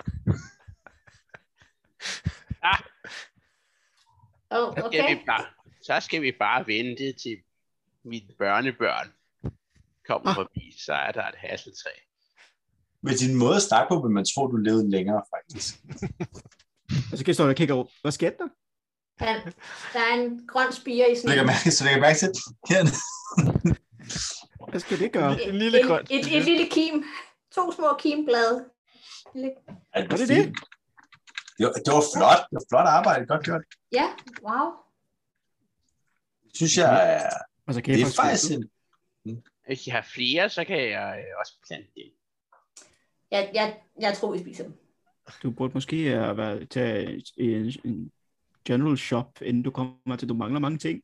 Okay. Så skal vi bare vente til mit børnebørn kommer forbi, så er der et hasseltræ. Med din måde at snakke på, vil man tro, du levede længere, faktisk. Og så kan jeg stå og kigge over. Hvad skete der? Der er en grøn spire i sådan så lægger mærke til her. Hvad skal det gøre? En lille grøn. Et lille kim. 2 små kimblade. Er det det? Det var flot. Det var flot arbejde. Godt gjort. Ja, wow. Synes jeg er... Altså, det er faktisk en... Hvis jeg har flere, så kan jeg også plante det. Jeg tror, vi spiser dem. Du burde måske tage en general shop, inden du kommer til, du mangler mange ting.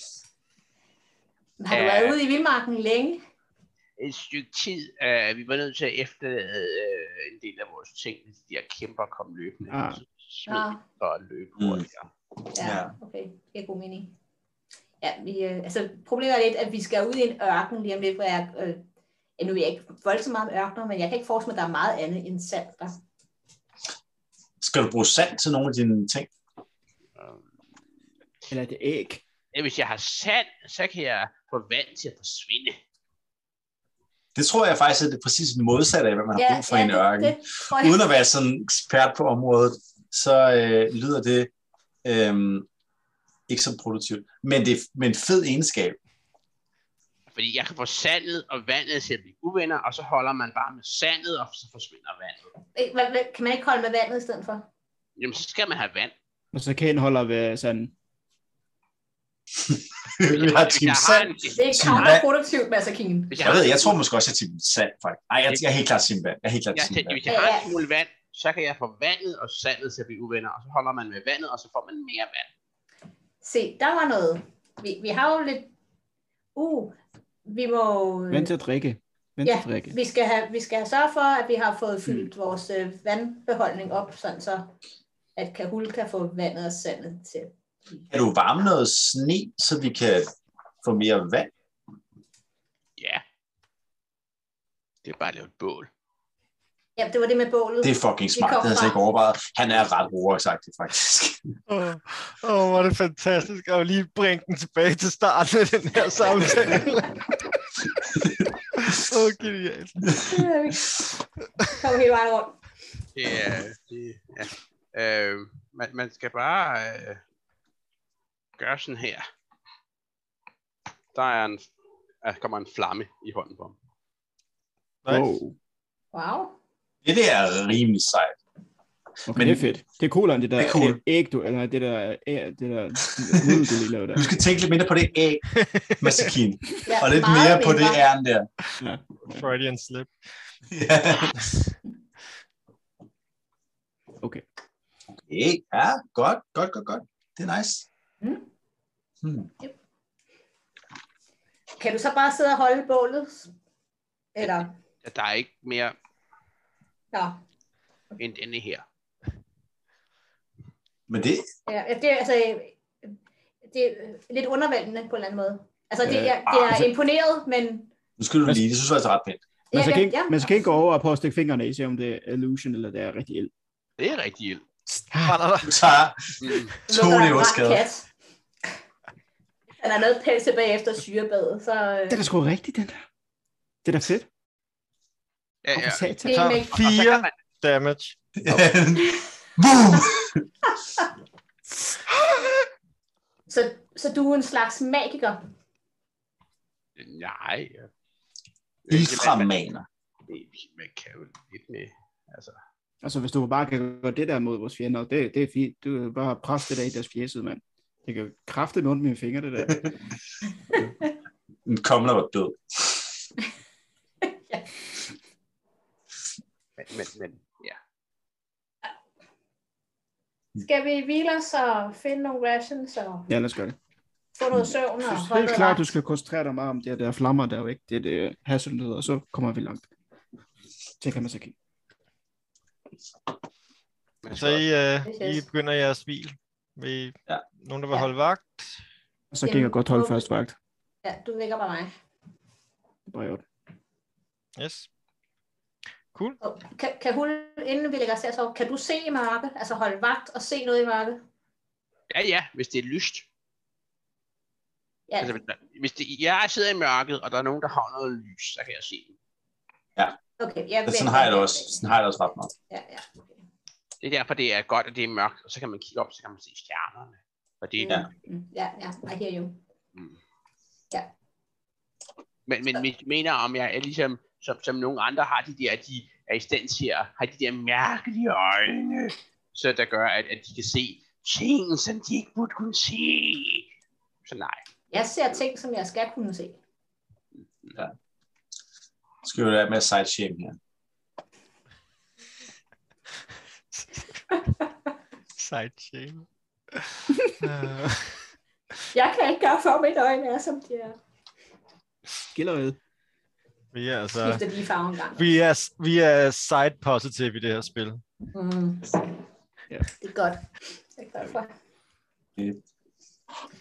Har du været ude i vildmarken længe? Et stykke tid. Vi var nødt til at efterlade en del af vores ting, hvis de her kæmper kom løbende. For at løbe hurtigere. Ja, okay. Det er god mening. Ja, problemet er lidt, at vi skal ud i en ørken lige om lidt, hvor Nu er jeg ikke voldsomt meget med ørkener, men jeg kan ikke forestille mig, at der er meget andet end sand der. Skal du bruge sand til nogle af dine ting? Eller det æg? Hvis jeg har sand, så kan jeg få vand til at forsvinde. Det tror jeg faktisk er det præcis modsatte af, hvad man har brug for i en ørken. Uden at være sådan ekspert på området, så lyder det ikke så produktivt. Men det er en fed egenskab. Fordi jeg kan få sandet og vandet til at blive uvenner, og så holder man bare med sandet, og så forsvinder vandet. Kan man ikke holde med vandet i stedet for? Jamen, så skal man have vand. Og så kan holder ved sanden. Vi har team sand. Det er counterproduktivt, Masakine. Jeg tror måske også, at team sand, faktisk. Nej, jeg er helt klart team vand. Hvis jeg har en smule vand, så kan jeg få vandet og sandet til at blive uvenner, og så holder man med vandet, og så får man mere vand. Se, der var noget. Vi har jo lidt... vi må... Vent til at drikke. Vi skal have sørge for, at vi har fået fyldt vores vandbeholdning op, sådan så at Kahul kan få vandet og sandet til. Kan du varme noget sne, så vi kan få mere vand? Ja. Det er bare at lave et bål. Ja, det var det med bålet. Det er fucking smart, det havde jeg ikke overvejet. Han er ret roaksagtig, faktisk. Hvor er det fantastisk at lige bringe den tilbage til starten af den her samtale. Genialt. Kom hele vejen rundt. Man skal bare gøre sådan her. Der kommer en flamme i hånden på ham. Wow. Det er rimelig sejt. Okay, men det er fedt. Det er coolere end det der æg, eller det der nudel, du lige lavede der. Du skal tænke lidt mindre på det æg, Masakine. Og lidt mere på det ærn der. Ja. Freudian slip. Ja. Okay. Ja, godt. Det er nice. Yep. Kan du så bare sidde og holde bålet? Eller? Der er ikke mere end denne her. Men det... det er lidt undervældende på en eller anden måde. Altså, det er imponeret, men... Nu skal du lige, det synes jeg er ret pænt. Man skal ikke gå over og prøve at stikke fingrene i, se om det er illusion, eller det er rigtig ild. Det er rigtig ild. Du tager 2 niveauer skade. Han er noget pæl tilbage efter syrebadet, så... Det er da sgu rigtigt, den der. Det er da fedt. Ja. Det tager 4 damage. Så du er en slags magiker? Nej. Ildframaner. Man kan jo lidt med, altså, hvis du bare kan gøre det der mod vores fjender, det er fint. Du kan bare presse det der i deres fjeset, mand. Jeg kan kræfte med ondt mine fingre, det der. Den kommer var død. Ja. Men, ja. Skal vi hvile os og finde nogle rations? Ja, lad os gøre det. Få noget søvn og holde det er klart, du skal koncentrere dig meget om det der flammer der, ikke? Det hasselnød, og så kommer vi langt. Tænker man så ikke. Så I begynder jeres hvil. Nogen, der vil holde vagt? Så kan jeg godt holde først vagt. Ja, du ligger bare mig. Det er bare gjort. Yes. Cool. Kan hun, inden vi lægger os til at sove, kan du se i mørke? Altså holde vagt og se noget i mørke? Ja, hvis det er lyst. Ja. Altså, hvis jeg sidder i mørket, og der er nogen, der har noget lys, så kan jeg se dem. Ja. Okay, sådan har jeg det også. Sådan har jeg det også ret meget. Ja. Okay. Det er derfor, det er godt, at det er mørkt, og så kan man kigge op, så kan man se stjernerne. Og det er I hear you. Ja. Men vi mener, om jeg er ligesom, som nogle andre har de er i stand til at have de der mærkelige øjne, så der gør, at de kan se ting, som de ikke burde kunne se. Så nej. Jeg ser ting, som jeg skal kunne se. Ja. Skal vi lade med sideshame her? Sideshame. Jeg kan ikke gøre for, mit øjne er, som de er. Skillerød. Vi er altså... Skifter de farve en gang. Vi er side positive i det her spil. Ja. Det er godt. Det er godt for.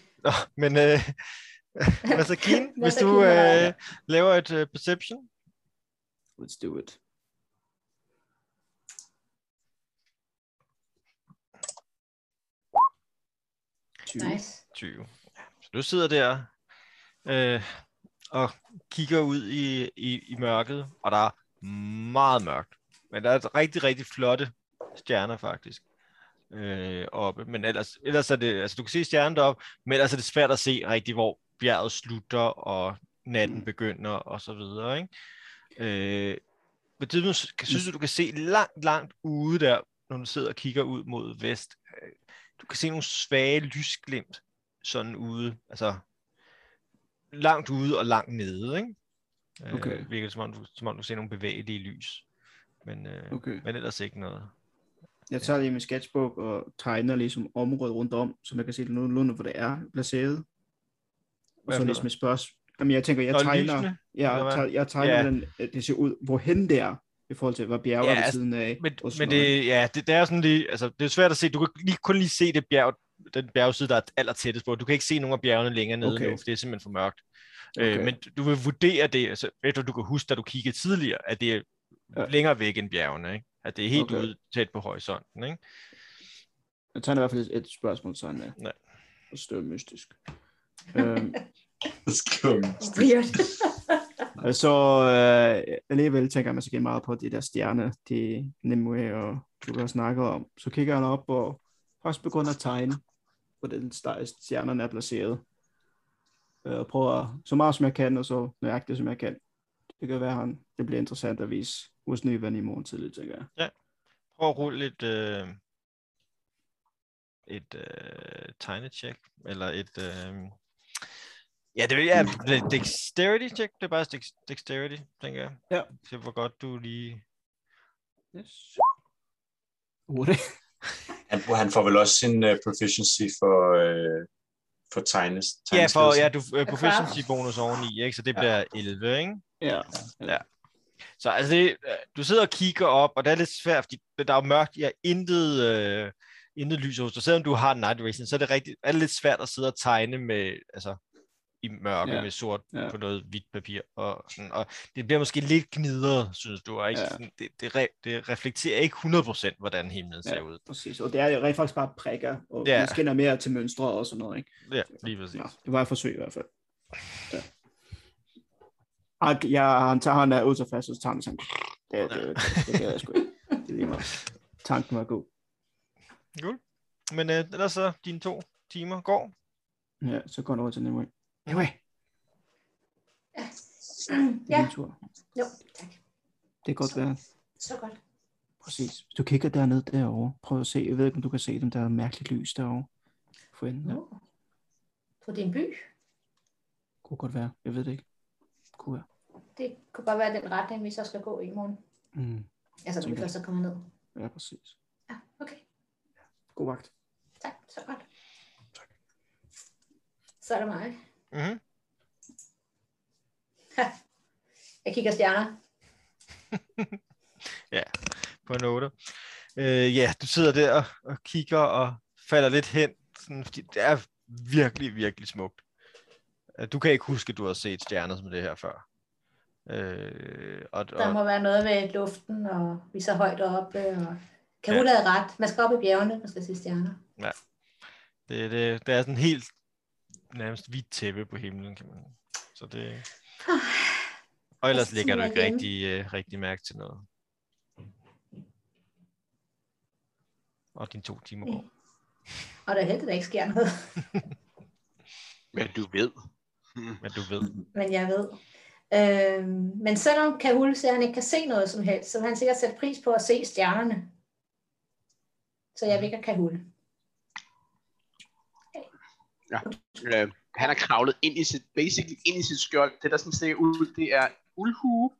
Men Masakine, hvis du laver et perception. Let's do it. Nice. 20. Så du sidder der og kigger ud i mørket, og der er meget mørkt. Men der er rigtig, rigtig flotte stjerner faktisk oppe. Men ellers er det, altså du kan se stjernen deroppe, men ellers er det svært at se rigtig, hvor bjerget slutter, og natten begynder, og så videre, ikke? Men synes du kan se langt ude der, når du sidder og kigger ud mod vest. Du kan se nogle svage lysglimt sådan ude, altså langt ude og langt nede, ikke? Okay. Virker som om du ser nogle bevægelige lys. Men ellers ikke noget. Jeg tager lige min sketchbook og tegner ligesom området rundt om, så man kan se nogenlunde, hvor det er placeret. Og så ligesom et spørgsmål. Jamen jeg tænker, jeg tegner den, det ser ud, hvorhen det er, i forhold til, hvad bjerget er ved siden af. Men det er sådan lige, altså det er svært at se, du kan kun lige se det bjerg, den bjergside, der er aller tættest på. Du kan ikke se nogen af bjergene længere nede nu, for det er simpelthen for mørkt. Okay. Men du vil vurdere det, altså du kan huske, da du kiggede tidligere, at det er længere væk end bjergene, ikke? At det er helt ude tæt på horisonten, ikke? Jeg tager i hvert fald et spørgsmål sådan af. Ja. Og større mystisk. Så alligevel tænker man sig meget på de der stjerner, de Nimue og du har snakket om. Så kigger han op og først begynder at tegne, hvor den stjernerne er placeret. Og prøver så meget som jeg kan, og så nøjagtigt som jeg kan. Det kan være, det bliver interessant at vise hos Nyvand i morgen tidligt, tænker jeg. Ja, prøv at rulle et tegnecheck, eller et... Ja, det vil jeg. Dexterity check, det er bare dexterity, tænker jeg. Ja. Se hvor godt du lige... Yes. Han får vel også sin proficiency for tegnes. Ja, du proficiency bonus oveni, ikke? Så det bliver 11, ikke? Ja. Så altså du sidder og kigger op, og det er lidt svært, fordi der er jo mørkt, jeg intet lys hos dig. Selvom du har night vision, så er det lidt svært at sidde og tegne med, altså i mørke med sort på noget hvidt papir. Og det bliver måske lidt gnidret, synes du. Ikke? Det reflekterer ikke 100% hvordan himlen ser ud. Præcis, og det er jo rent faktisk bare prikker, og det skinner mere til mønstre og sådan noget. Ikke? Ja, lige præcis. Ja, det var et forsøg i hvert fald. Ja. Han tager han der ud så fast, og så tager han sådan. Det gør jeg sgu ikke. Det er lige meget. Tanken var god. Cool. Men ellers så dine 2 timer går. Ja, så går det over til Nimue. Ja. Jo, tak. Det er godt være. Så godt. Præcis. Hvis du kigger derned derovre, prøv at se. Jeg ved ikke, om du kan se den der mærkelige lys derovre. For enden der. På din by? Kunne godt være. Jeg ved det ikke. Kunne være. Det kunne bare være den retning, vi så skal gå i morgen. Altså, når vi først er kommet ned. Ja, præcis. Ja, okay. God vagt. Tak, så godt. Tak. Så er det mig. Mhm. Jeg kigger stjerner. Ja, på en 8. Ja, du sidder der og kigger og falder lidt hen, sådan, fordi det er virkelig, virkelig smukt. Du kan ikke huske, at du har set stjerner som det her før. Der må være noget med luften, og vi er så højt oppe, og Kahul havde ret. Man skal op i bjergene, man skal se stjerner. Ja, det er sådan helt nærmest hvidt tæppe på himlen, kan man. Så det... Og ellers lægger du ikke rigtig mærke til noget. Og dine 2 timer går. Og der er heldigt, der ikke sker noget. Men du ved. Men jeg ved. Men selvom Kahul siger, at han ikke kan se noget som helst, så vil han sikkert sætte pris på at se stjernerne. Så jeg vækker Kahul. Ja. Han er kravlet ind i sit skjold. Det der sådan ser ud, det er uldhue.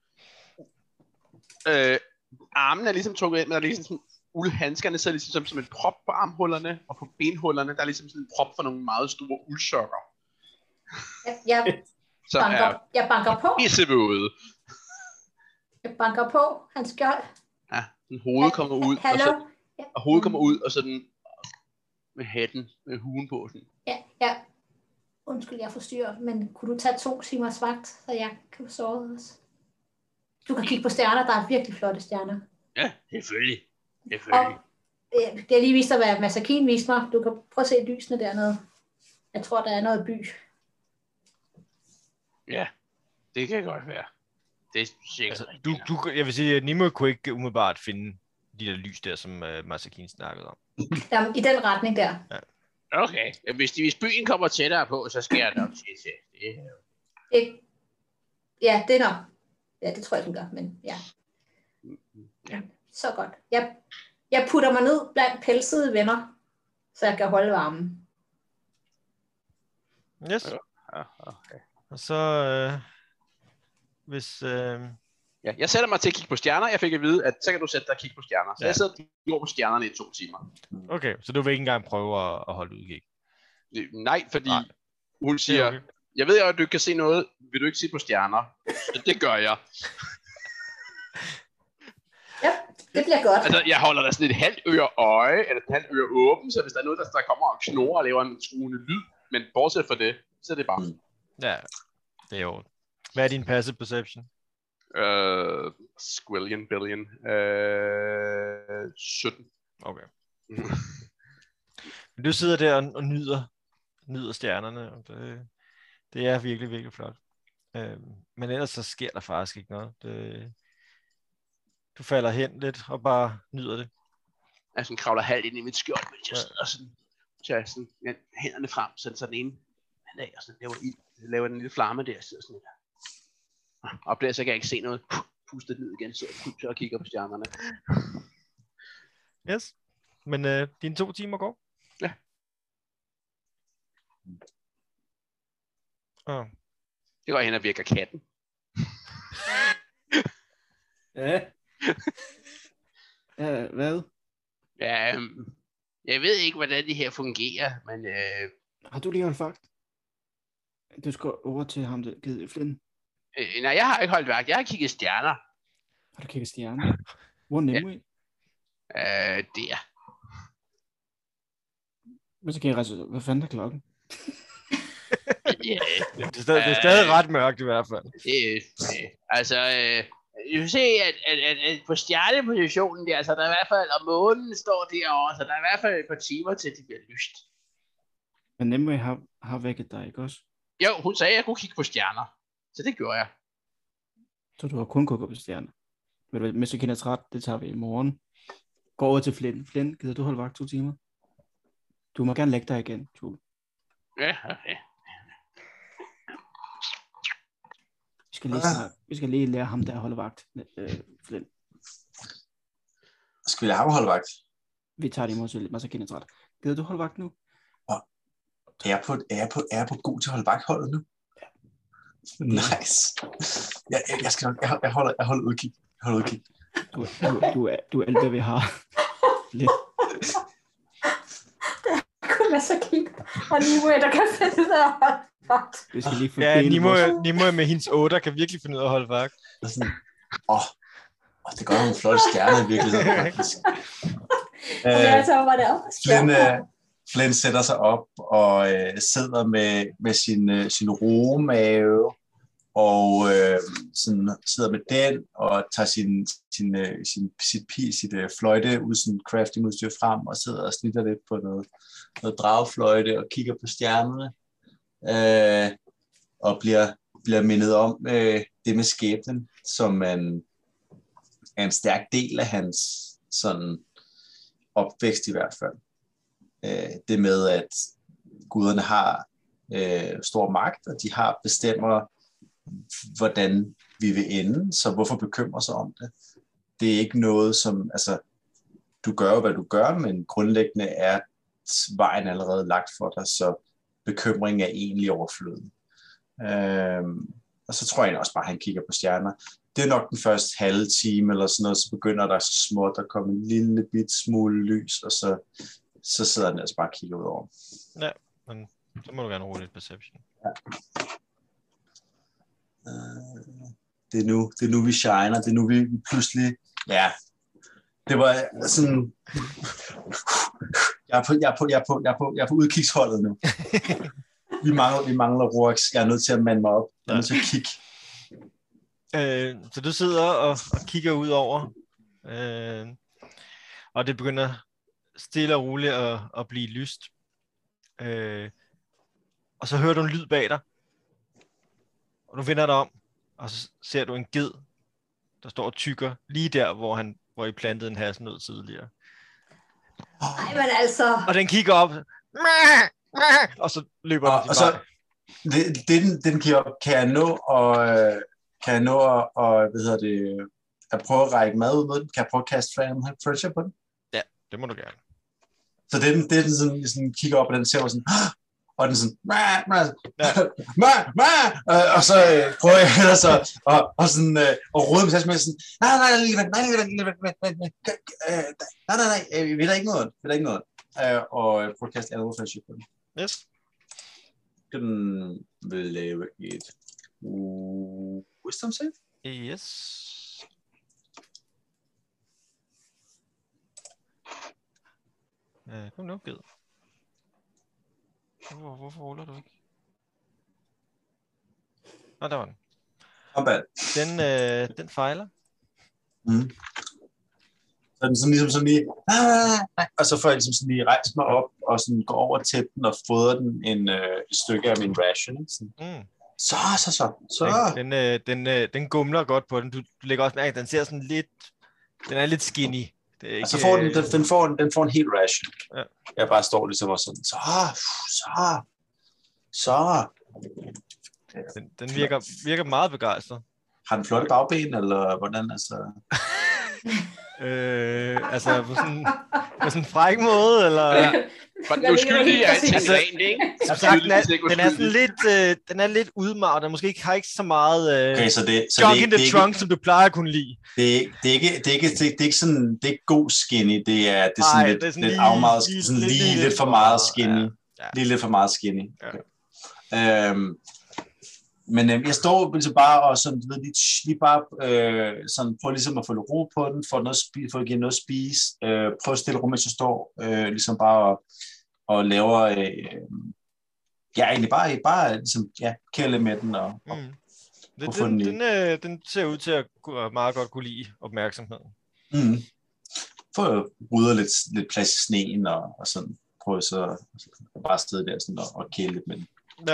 Armen er ligesom trukket ind, men der er ligesom sådan uldhandskerne sidder ligesom som en prop på armhullerne, og på benhullerne, der er ligesom sådan en prop for nogle meget store uldsokker. Jeg banker på. Pissevåde. Jeg banker på hans skjold. Ja, den hoved kommer ud. Hallo? Og hovedet kommer ud, og sådan med hatten, med huen på. Sådan. Ja. Undskyld, jeg forstyrrer, men kunne du tage 2 timers vagt, så jeg kan sove os? Du kan kigge på stjerner, der er virkelig flotte stjerner. Ja, selvfølgelig. Og det har lige vist dig, hvad Masakin viste mig. Du kan prøve at se lysene dernede. Jeg tror, der er noget by. Ja, det kan godt være. Det er sikkert altså, jeg vil sige, at Nimue kunne ikke umiddelbart finde de der lys der, som Masakin snakkede om. Jamen, i den retning der. Ja. Okay, hvis byen kommer tættere på, så skal jeg nok sige til. Ja, det er nok. Ja, det tror jeg, den gør, men ja. Så godt. Jeg putter mig ned blandt pelsede venner, så jeg kan holde varmen. Yes. Okay. Og så, hvis... Ja, jeg sætter mig til at kigge på stjerner. Jeg fik at vide, at så kan du sætte dig og kigge på stjerner. Så jeg sidder og på stjernerne i 2 timer. Okay, så du vil ikke engang prøve at holde udkig? Nej, fordi hun siger, okay. Jeg ved jo, at du ikke kan se noget. Vil du ikke se på stjerner? Så det gør jeg. Ja, det bliver godt. Altså, jeg holder da sådan et halvt øre øje, eller et halvt øre åben, så hvis der er noget, der kommer og knurrer og laver en skruende lyd, men bortset fra det, så er det bare. Ja, det er jo. Hvad er din passive perception? Squillion billion. 17. Okay. Men du sidder der og nyder stjernerne, og det er virkelig, virkelig flot. Men ellers så sker der faktisk ikke noget. Du falder hen lidt og bare nyder det. Jeg sådan kravler halvt ind i mit skjold, mens jeg sidder sådan, så jeg sådan hænderne frem, så den ene hand af, og så laver en lille flamme der, og sidder sådan lidt. Opdager, så kan jeg ikke se noget. Puster det ned igen, sidder og kigger på stjernerne. Yes. Men dine 2 timer går? Ja. Det går hen og virker katten. Ja. Hvad? Ja, jeg ved ikke, hvordan det her fungerer, men... Har du lige holdt vagt? Du skal over til ham, der givet Flynn. Nej, jeg har ikke holdt vagt. Jeg har kigget stjerner. Har du kigget stjerner? Hvor nemlig? Der. Men så kan jeg rejse. Hvad fanden er klokken? Det er stadig ret mørkt i hvert fald. Altså, jeg vil se, at på stjernepositionen der, så der er i hvert fald, og månen står derovre, så der er i hvert fald et par timer til, det bliver lyst. Men Nimue har vækket dig, ikke også? Jo, hun sagde, at jeg kunne kigge på stjerner. Så det gjorde jeg. Så du har kun kigget på stjerner? Men så kender træt, det tager vi i morgen. Gå over til Flynn. Flynn, gider du holde vagt 2 timer? Du må gerne lægge dig igen, Jule. Ja, okay. Vi skal lige lære ham der at holde vagt, Flynn. Skal vi lære ham at holde vagt? Vi tager det imod til Masakine-træt. Gider du holde vagt nu? Er jeg på god til at holde vagtholdet nu? Ja. Nice. Jeg skal nok, jeg holder udkig. Du er alt, hvad vi har. Lidt. Det er kun Masakine og Nimue, der kan finde ud af at holde vagt. Vi skal lige ja, Nimue med hendes 8 kan virkelig finde ud af at holde vagt. Det gør nogle flotte stjerner i virkeligheden, faktisk. Flynn sætter sig op og sidder med sin roemave og sidder med den og tager sit fløjte ud, sådan crafting udstyr frem og sidder og snitter lidt på noget dragefløjte og kigger på stjernerne og bliver mindet om det med skæbnen, som er en stærk del af hans sådan opvækst i hvert fald. Det med, at guderne har stor magt, og de bestemmer, hvordan vi vil ende, så hvorfor bekymre sig om det? Det er ikke noget, som, altså, du gør jo, hvad du gør, men grundlæggende er vejen allerede lagt for dig, så bekymring er egentlig overflødig. Og så tror jeg også bare, at han kigger på stjerner. Det er nok den første halve time, eller sådan noget, så begynder der så småt at komme en lille bit smule lys, og så sidder den altså bare og kigger ud over. Ja, men så må du gerne rulle lidt perception. Ja. Det er nu, vi shiner. Det er nu, vi pludselig... Ja, det var sådan... Jeg er på udkigsholdet nu. Vi mangler Roax. Jeg er nødt til at mande mig op. Jeg er nødt til at kigge. Så du sidder og kigger ud over, og det begynder stille og roligt at blive lyst. Og så hører du en lyd bag dig, og du vender dig om, og så ser du en ged, der står og tykker lige der, hvor I plantede en hasselnød tidligere. Ej, men altså... Og den kigger op, og så løber den til vej. Den kigger op, kan jeg nå at prøve at række mad ud med den? Kan jeg prøve at kaste pressure på den? Ja, det må du gerne. Så den sådan kigger op, og den ser sådan, og den sådan, og så prøver jeg ellers at rode med tasken med sådan, nej, vi vil da ikke noget. Og prøve at kaste animal friendship på den. Yes. Den vil lave et wisdom save. Yes. Kom nu, ged. Hvorfor ruller du ikke? Nå, der var den. Den fejler. Mm. Så den sådan ligesom sådan lige, og så får jeg ligesom sådan lige rejst mig op, og sådan går over til den og fodrer den et stykke af min ration. Så. Den gumler godt på den. Du lægger også mærke, den ser sådan lidt, den er lidt skinny. Det er ikke, og så får den får en helt ration. Ja. Jeg bare står ligesom og sådan, så. Den virker meget begejstret. Har den flotte bagben, eller hvordan altså? Altså på sådan en fræk måde, eller? Ja. For den uskyldige er ting rent, ikke? Den er lidt udmarvet, og måske har ikke så meget så junk in the trunk, som du plejer at kunne lide. Det er ikke sådan, det er ikke god skinny, det er sådan lidt afmarvet, sådan lige lidt for meget skinny. Lige lidt for meget skinny. Okay. Men jeg står ligesom bare og sådan, lige bare sådan prøver ligesom at få lidt ro på den, få at give noget at spise, prøv stille rum, mens jeg står ligesom bare og laver, egentlig bare ligesom, kælde med den og den ser ud til at meget godt kunne lide opmærksomheden. Få rydder lidt plads i sneen og sådan, prøv så bare sidde der sådan og kæle lidt med den. Ja.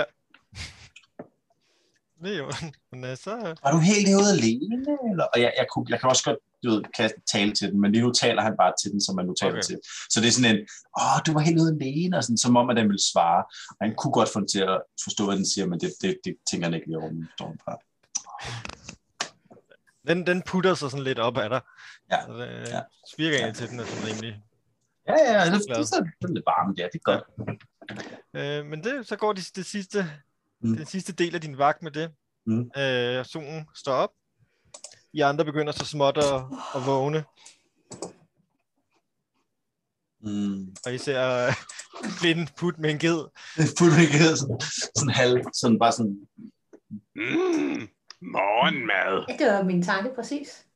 Det er jo, men så... Var du helt herude alene? Eller? Og jeg kan også godt kan tale til den, men lige nu taler han bare til den, som man nu taler til. Så det er sådan en, du var helt ude alene, og sådan, som om, at den ville svare. Og han kunne godt få den til at forstå, hvad den siger, men det tænker han ikke lige over, den står den fra. Den putter sig sådan lidt op af dig. Ja. Svirker egentlig til den, er sådan rimelig... Ja, det er lidt varmt, det er godt. Men så går det sidste... Den sidste del af din vagt med det. Solen står op. I andre begynder så småt at vågne. Og I ser Flynn putte med en ged. Putte med en ged, sådan halv, sådan bare sådan... Morgenmad. Det var min tanke, præcis.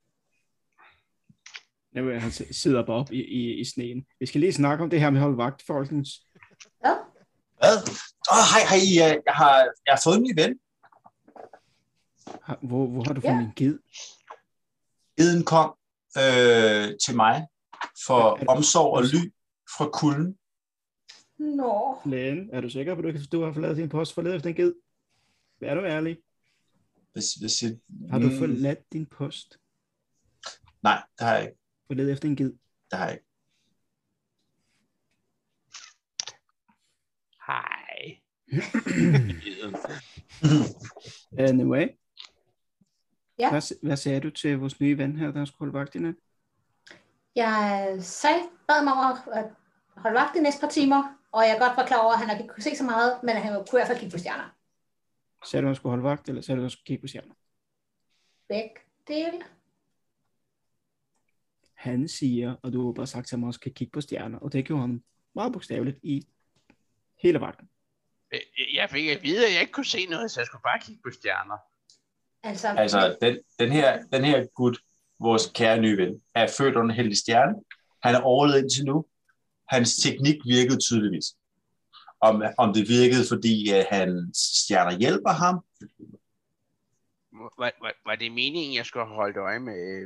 Han sidder bare op i sneen. Vi skal lige snakke om det her med at holde vagt, folkens. Ja. Hvad? Hej, jeg har fået en ny ven. Hvor har du fået min ged? Geden kom til mig for omsorg og ly fra kulden. Nå. Flynn, er du sikker på, at du har forladt din post for at lede efter en ged? Er du ærlig? Har du forladt din post? Nej, det har jeg ikke. For at lede efter en ged? Det har jeg ikke. Hej. Anyway. Ja. Hvad sagde du til vores nye ven her, der skulle holde vagt i nat? Jeg bad mig om at holde vagt de næste par timer, og jeg er godt klar over, at han ikke kunne se så meget, men han kunne i hvert fald kigge på stjerner. Sagde du, at han skulle holde vagt, eller sagde du, at han skulle kigge på stjerner? Begge dele. Han siger, og du har bare sagt, at han også kan kigge på stjerner, og det gjorde han meget bogstaveligt i hele vagten. Jeg fik at vide, at jeg ikke kunne se noget, så jeg skulle bare kigge på stjerner. Altså den her gut, vores kære nye ven, er født under en heldig stjerne. Han er overlevet indtil nu. Hans teknik virkede tydeligvis. Om det virkede, fordi hans stjerner hjælper ham, Var det meningen, jeg skulle holde øje med?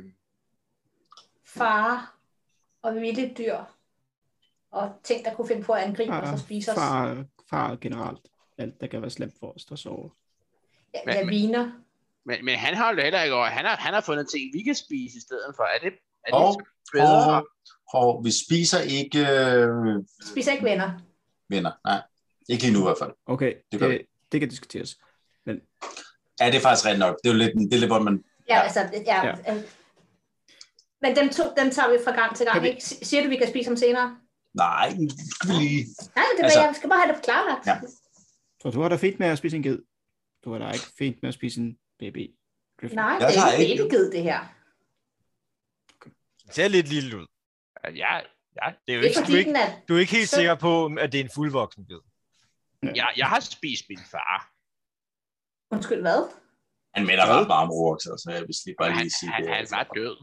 Fare og vilde dyr. Og ting, der kunne finde på at angribe os og spise os. Fare generelt. Alt, der kan være slemt for os, der sover. Ja, viner. Men han har jo heller ikke over. Han har fundet ting, vi kan spise i stedet for. Er det bedre? Vi spiser ikke... Spiser ikke venner. Venner, nej. Ikke lige nu i hvert fald. Okay, det kan diskuteres. Men... Ja, det er faktisk rent nok. Det er lidt, hvor man... Ja, altså... Ja. Men dem tager vi fra gang til gang, ikke? Siger du, vi kan spise dem senere? Nej, skal vi lige... Nej, jeg skal bare have det klarlagt. Ja. Så du har da fint med at spise en ged? Du har da ikke fint med at spise en baby griffin? Nej, det er ikke babyged, det her. Okay. Det ser lidt lille ud. Ja. Det er jo ikke, du er ikke helt sikker på, at det er en fuldvoksen ged. Ja, jeg har spist min far. Undskyld, hvad? Han minder ret meget om Rourke, så jeg vil lige bare lige sige det. Han var død.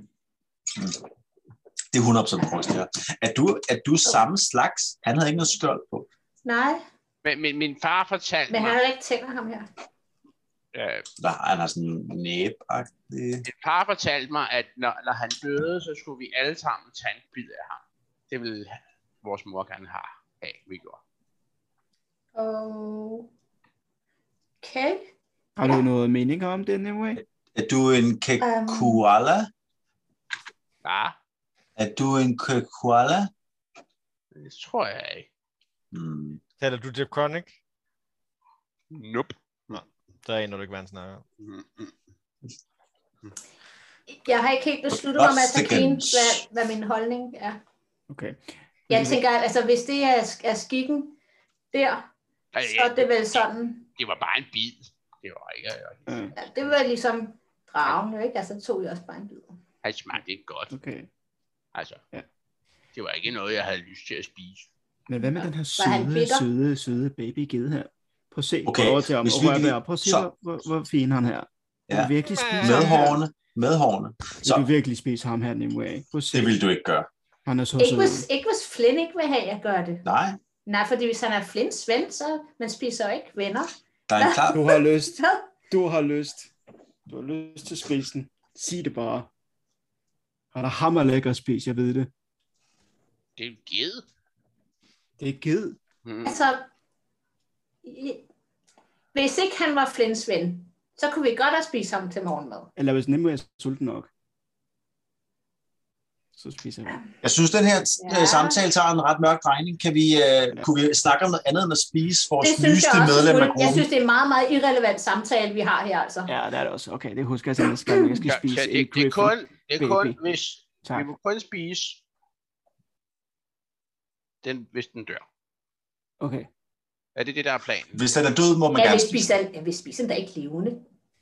Det er 100% Rourke, det her. Er du samme slags? Han havde ikke noget skjold på. Nej. Men min far fortalte mig... Men han havde ikke tænder ham her. Han har sådan en næb-agtig... Min far fortalte mig, at når han døde, så skulle vi alle sammen tage en bid af ham. Det ville vores mor gerne have, vi gjorde. Okay. Har du noget mening om det, Nimue? Er du en kekuala? Ja. Er du en kekuala? Det tror jeg ikke. Taler du Draconic? Nope. Nå, der er en, du ikke vant snakker om. Jeg har ikke helt besluttet mig med Takin, hvad min holdning er. Okay. Jeg tænker, at altså, hvis det er skikken der, så er det vel sådan... Det var bare en bid. Det var ikke... Ja, det var ligesom dragen, ikke? Altså, tog jeg også bare en bid. Han smagte ikke godt. Okay. Altså, det var ikke noget, jeg havde lyst til at spise. Men hvad med den her søde babyged her? Prøv at se, okay. Prøv at se, hvor fin han her. Ja. Du virkelig spise med hårene. Så du virkelig spise ham her, Nimue? Det vil du ikke gøre. Han er så ikke hvis Flynn ikke vil have, at gøre det. Nej, fordi hvis han er Flynns ven, så man spiser jo ikke venner. Der er en klar... Du har lyst til at spise den. Sig det bare. Han er hammerlækker at spise, jeg ved det. Det er en ged. Det er ged. Altså, hvis ikke han var Flynns ven, så kunne vi godt have spist ham til morgenmad. Eller hvis Nimue er sulten nok, så spiser vi. Jeg synes, den her samtale tager en ret mørk drejning. Kunne vi snakke om noget andet end at spise vores nyeste medlem af gruppen? Jeg synes, det er en meget, meget irrelevant samtale, vi har her. Altså. Ja, det er det også. Okay, det husker jeg næste gang, jeg skal spise en griffin. Det er kun, hvis vi må kun spise den, hvis den dør. Okay. Er det der er planen? Hvis den er død, må man gerne spise den. Jeg vil spise den da ikke levende.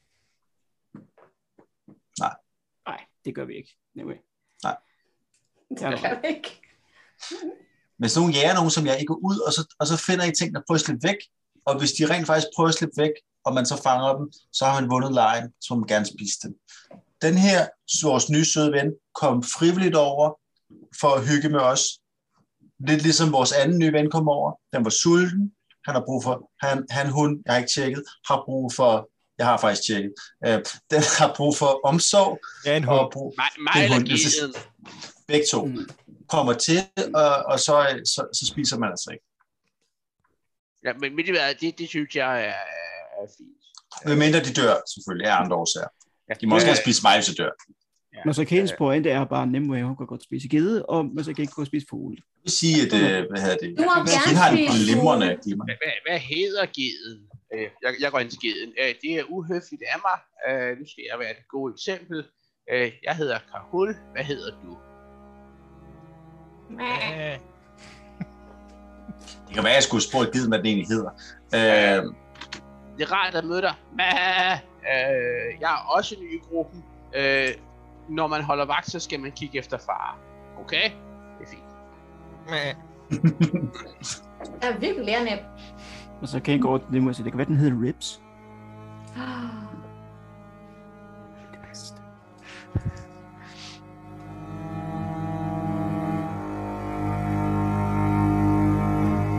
Nej, det gør vi ikke. Nej. Det gør vi ikke. Hvis nogen jager nogen, som jeg ikke går ud, og så finder I ting, der prøver at slippe væk, og hvis de rent faktisk prøver at slippe væk, og man så fanger dem, så har man vundet lejen, så må man gerne spise dem. Den her, vores nye søde ven, kom frivilligt over for at hygge med os. Lidt ligesom vores anden nye ven kom over. Den var sulten. Han har brug for, hun, jeg har ikke tjekket, har brug for, jeg har faktisk tjekket, den har brug for omsorg. Ja, en hund. Mig eller geden. Begge to kommer til, og så spiser man altså ikke. Ja, men det synes jeg er fint. Medmindre de dør, selvfølgelig, af andre årsager. De må også gerne spise mig, hvis de dør. Ja. Men så Kanes pointe er bare, Nimue, hun kan godt spise gede, og så kan ikke godt spise fugle. Jeg vil sige, at hvad hedder det? Du må gerne spise glimrende. Hvad hedder geden? Jeg går ind til geden. Det er uhøfligt af mig. Nu skal jeg være et godt eksempel. Jeg hedder Kahul. Hvad hedder du? Det kan være, at jeg skulle spørge geden, hvad den egentlig hedder. Det er rart at møde dig. Jeg er også ny i gruppen. Når man holder vagt, så skal man kigge efter far. Okay? Det er fint. Det er virkelig lærende. Og så kan jeg gå over til det, må jeg sige. Det kan være, den hedder Ribs. Det bedste.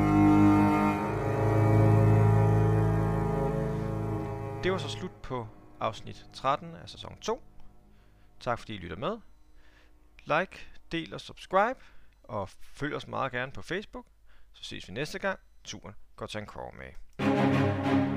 Det var så slut på afsnit 13 af sæson 2. Tak fordi I lytter med. Like, del og subscribe, og følg os meget gerne på Facebook. Så ses vi næste gang. Turen går til en kår med.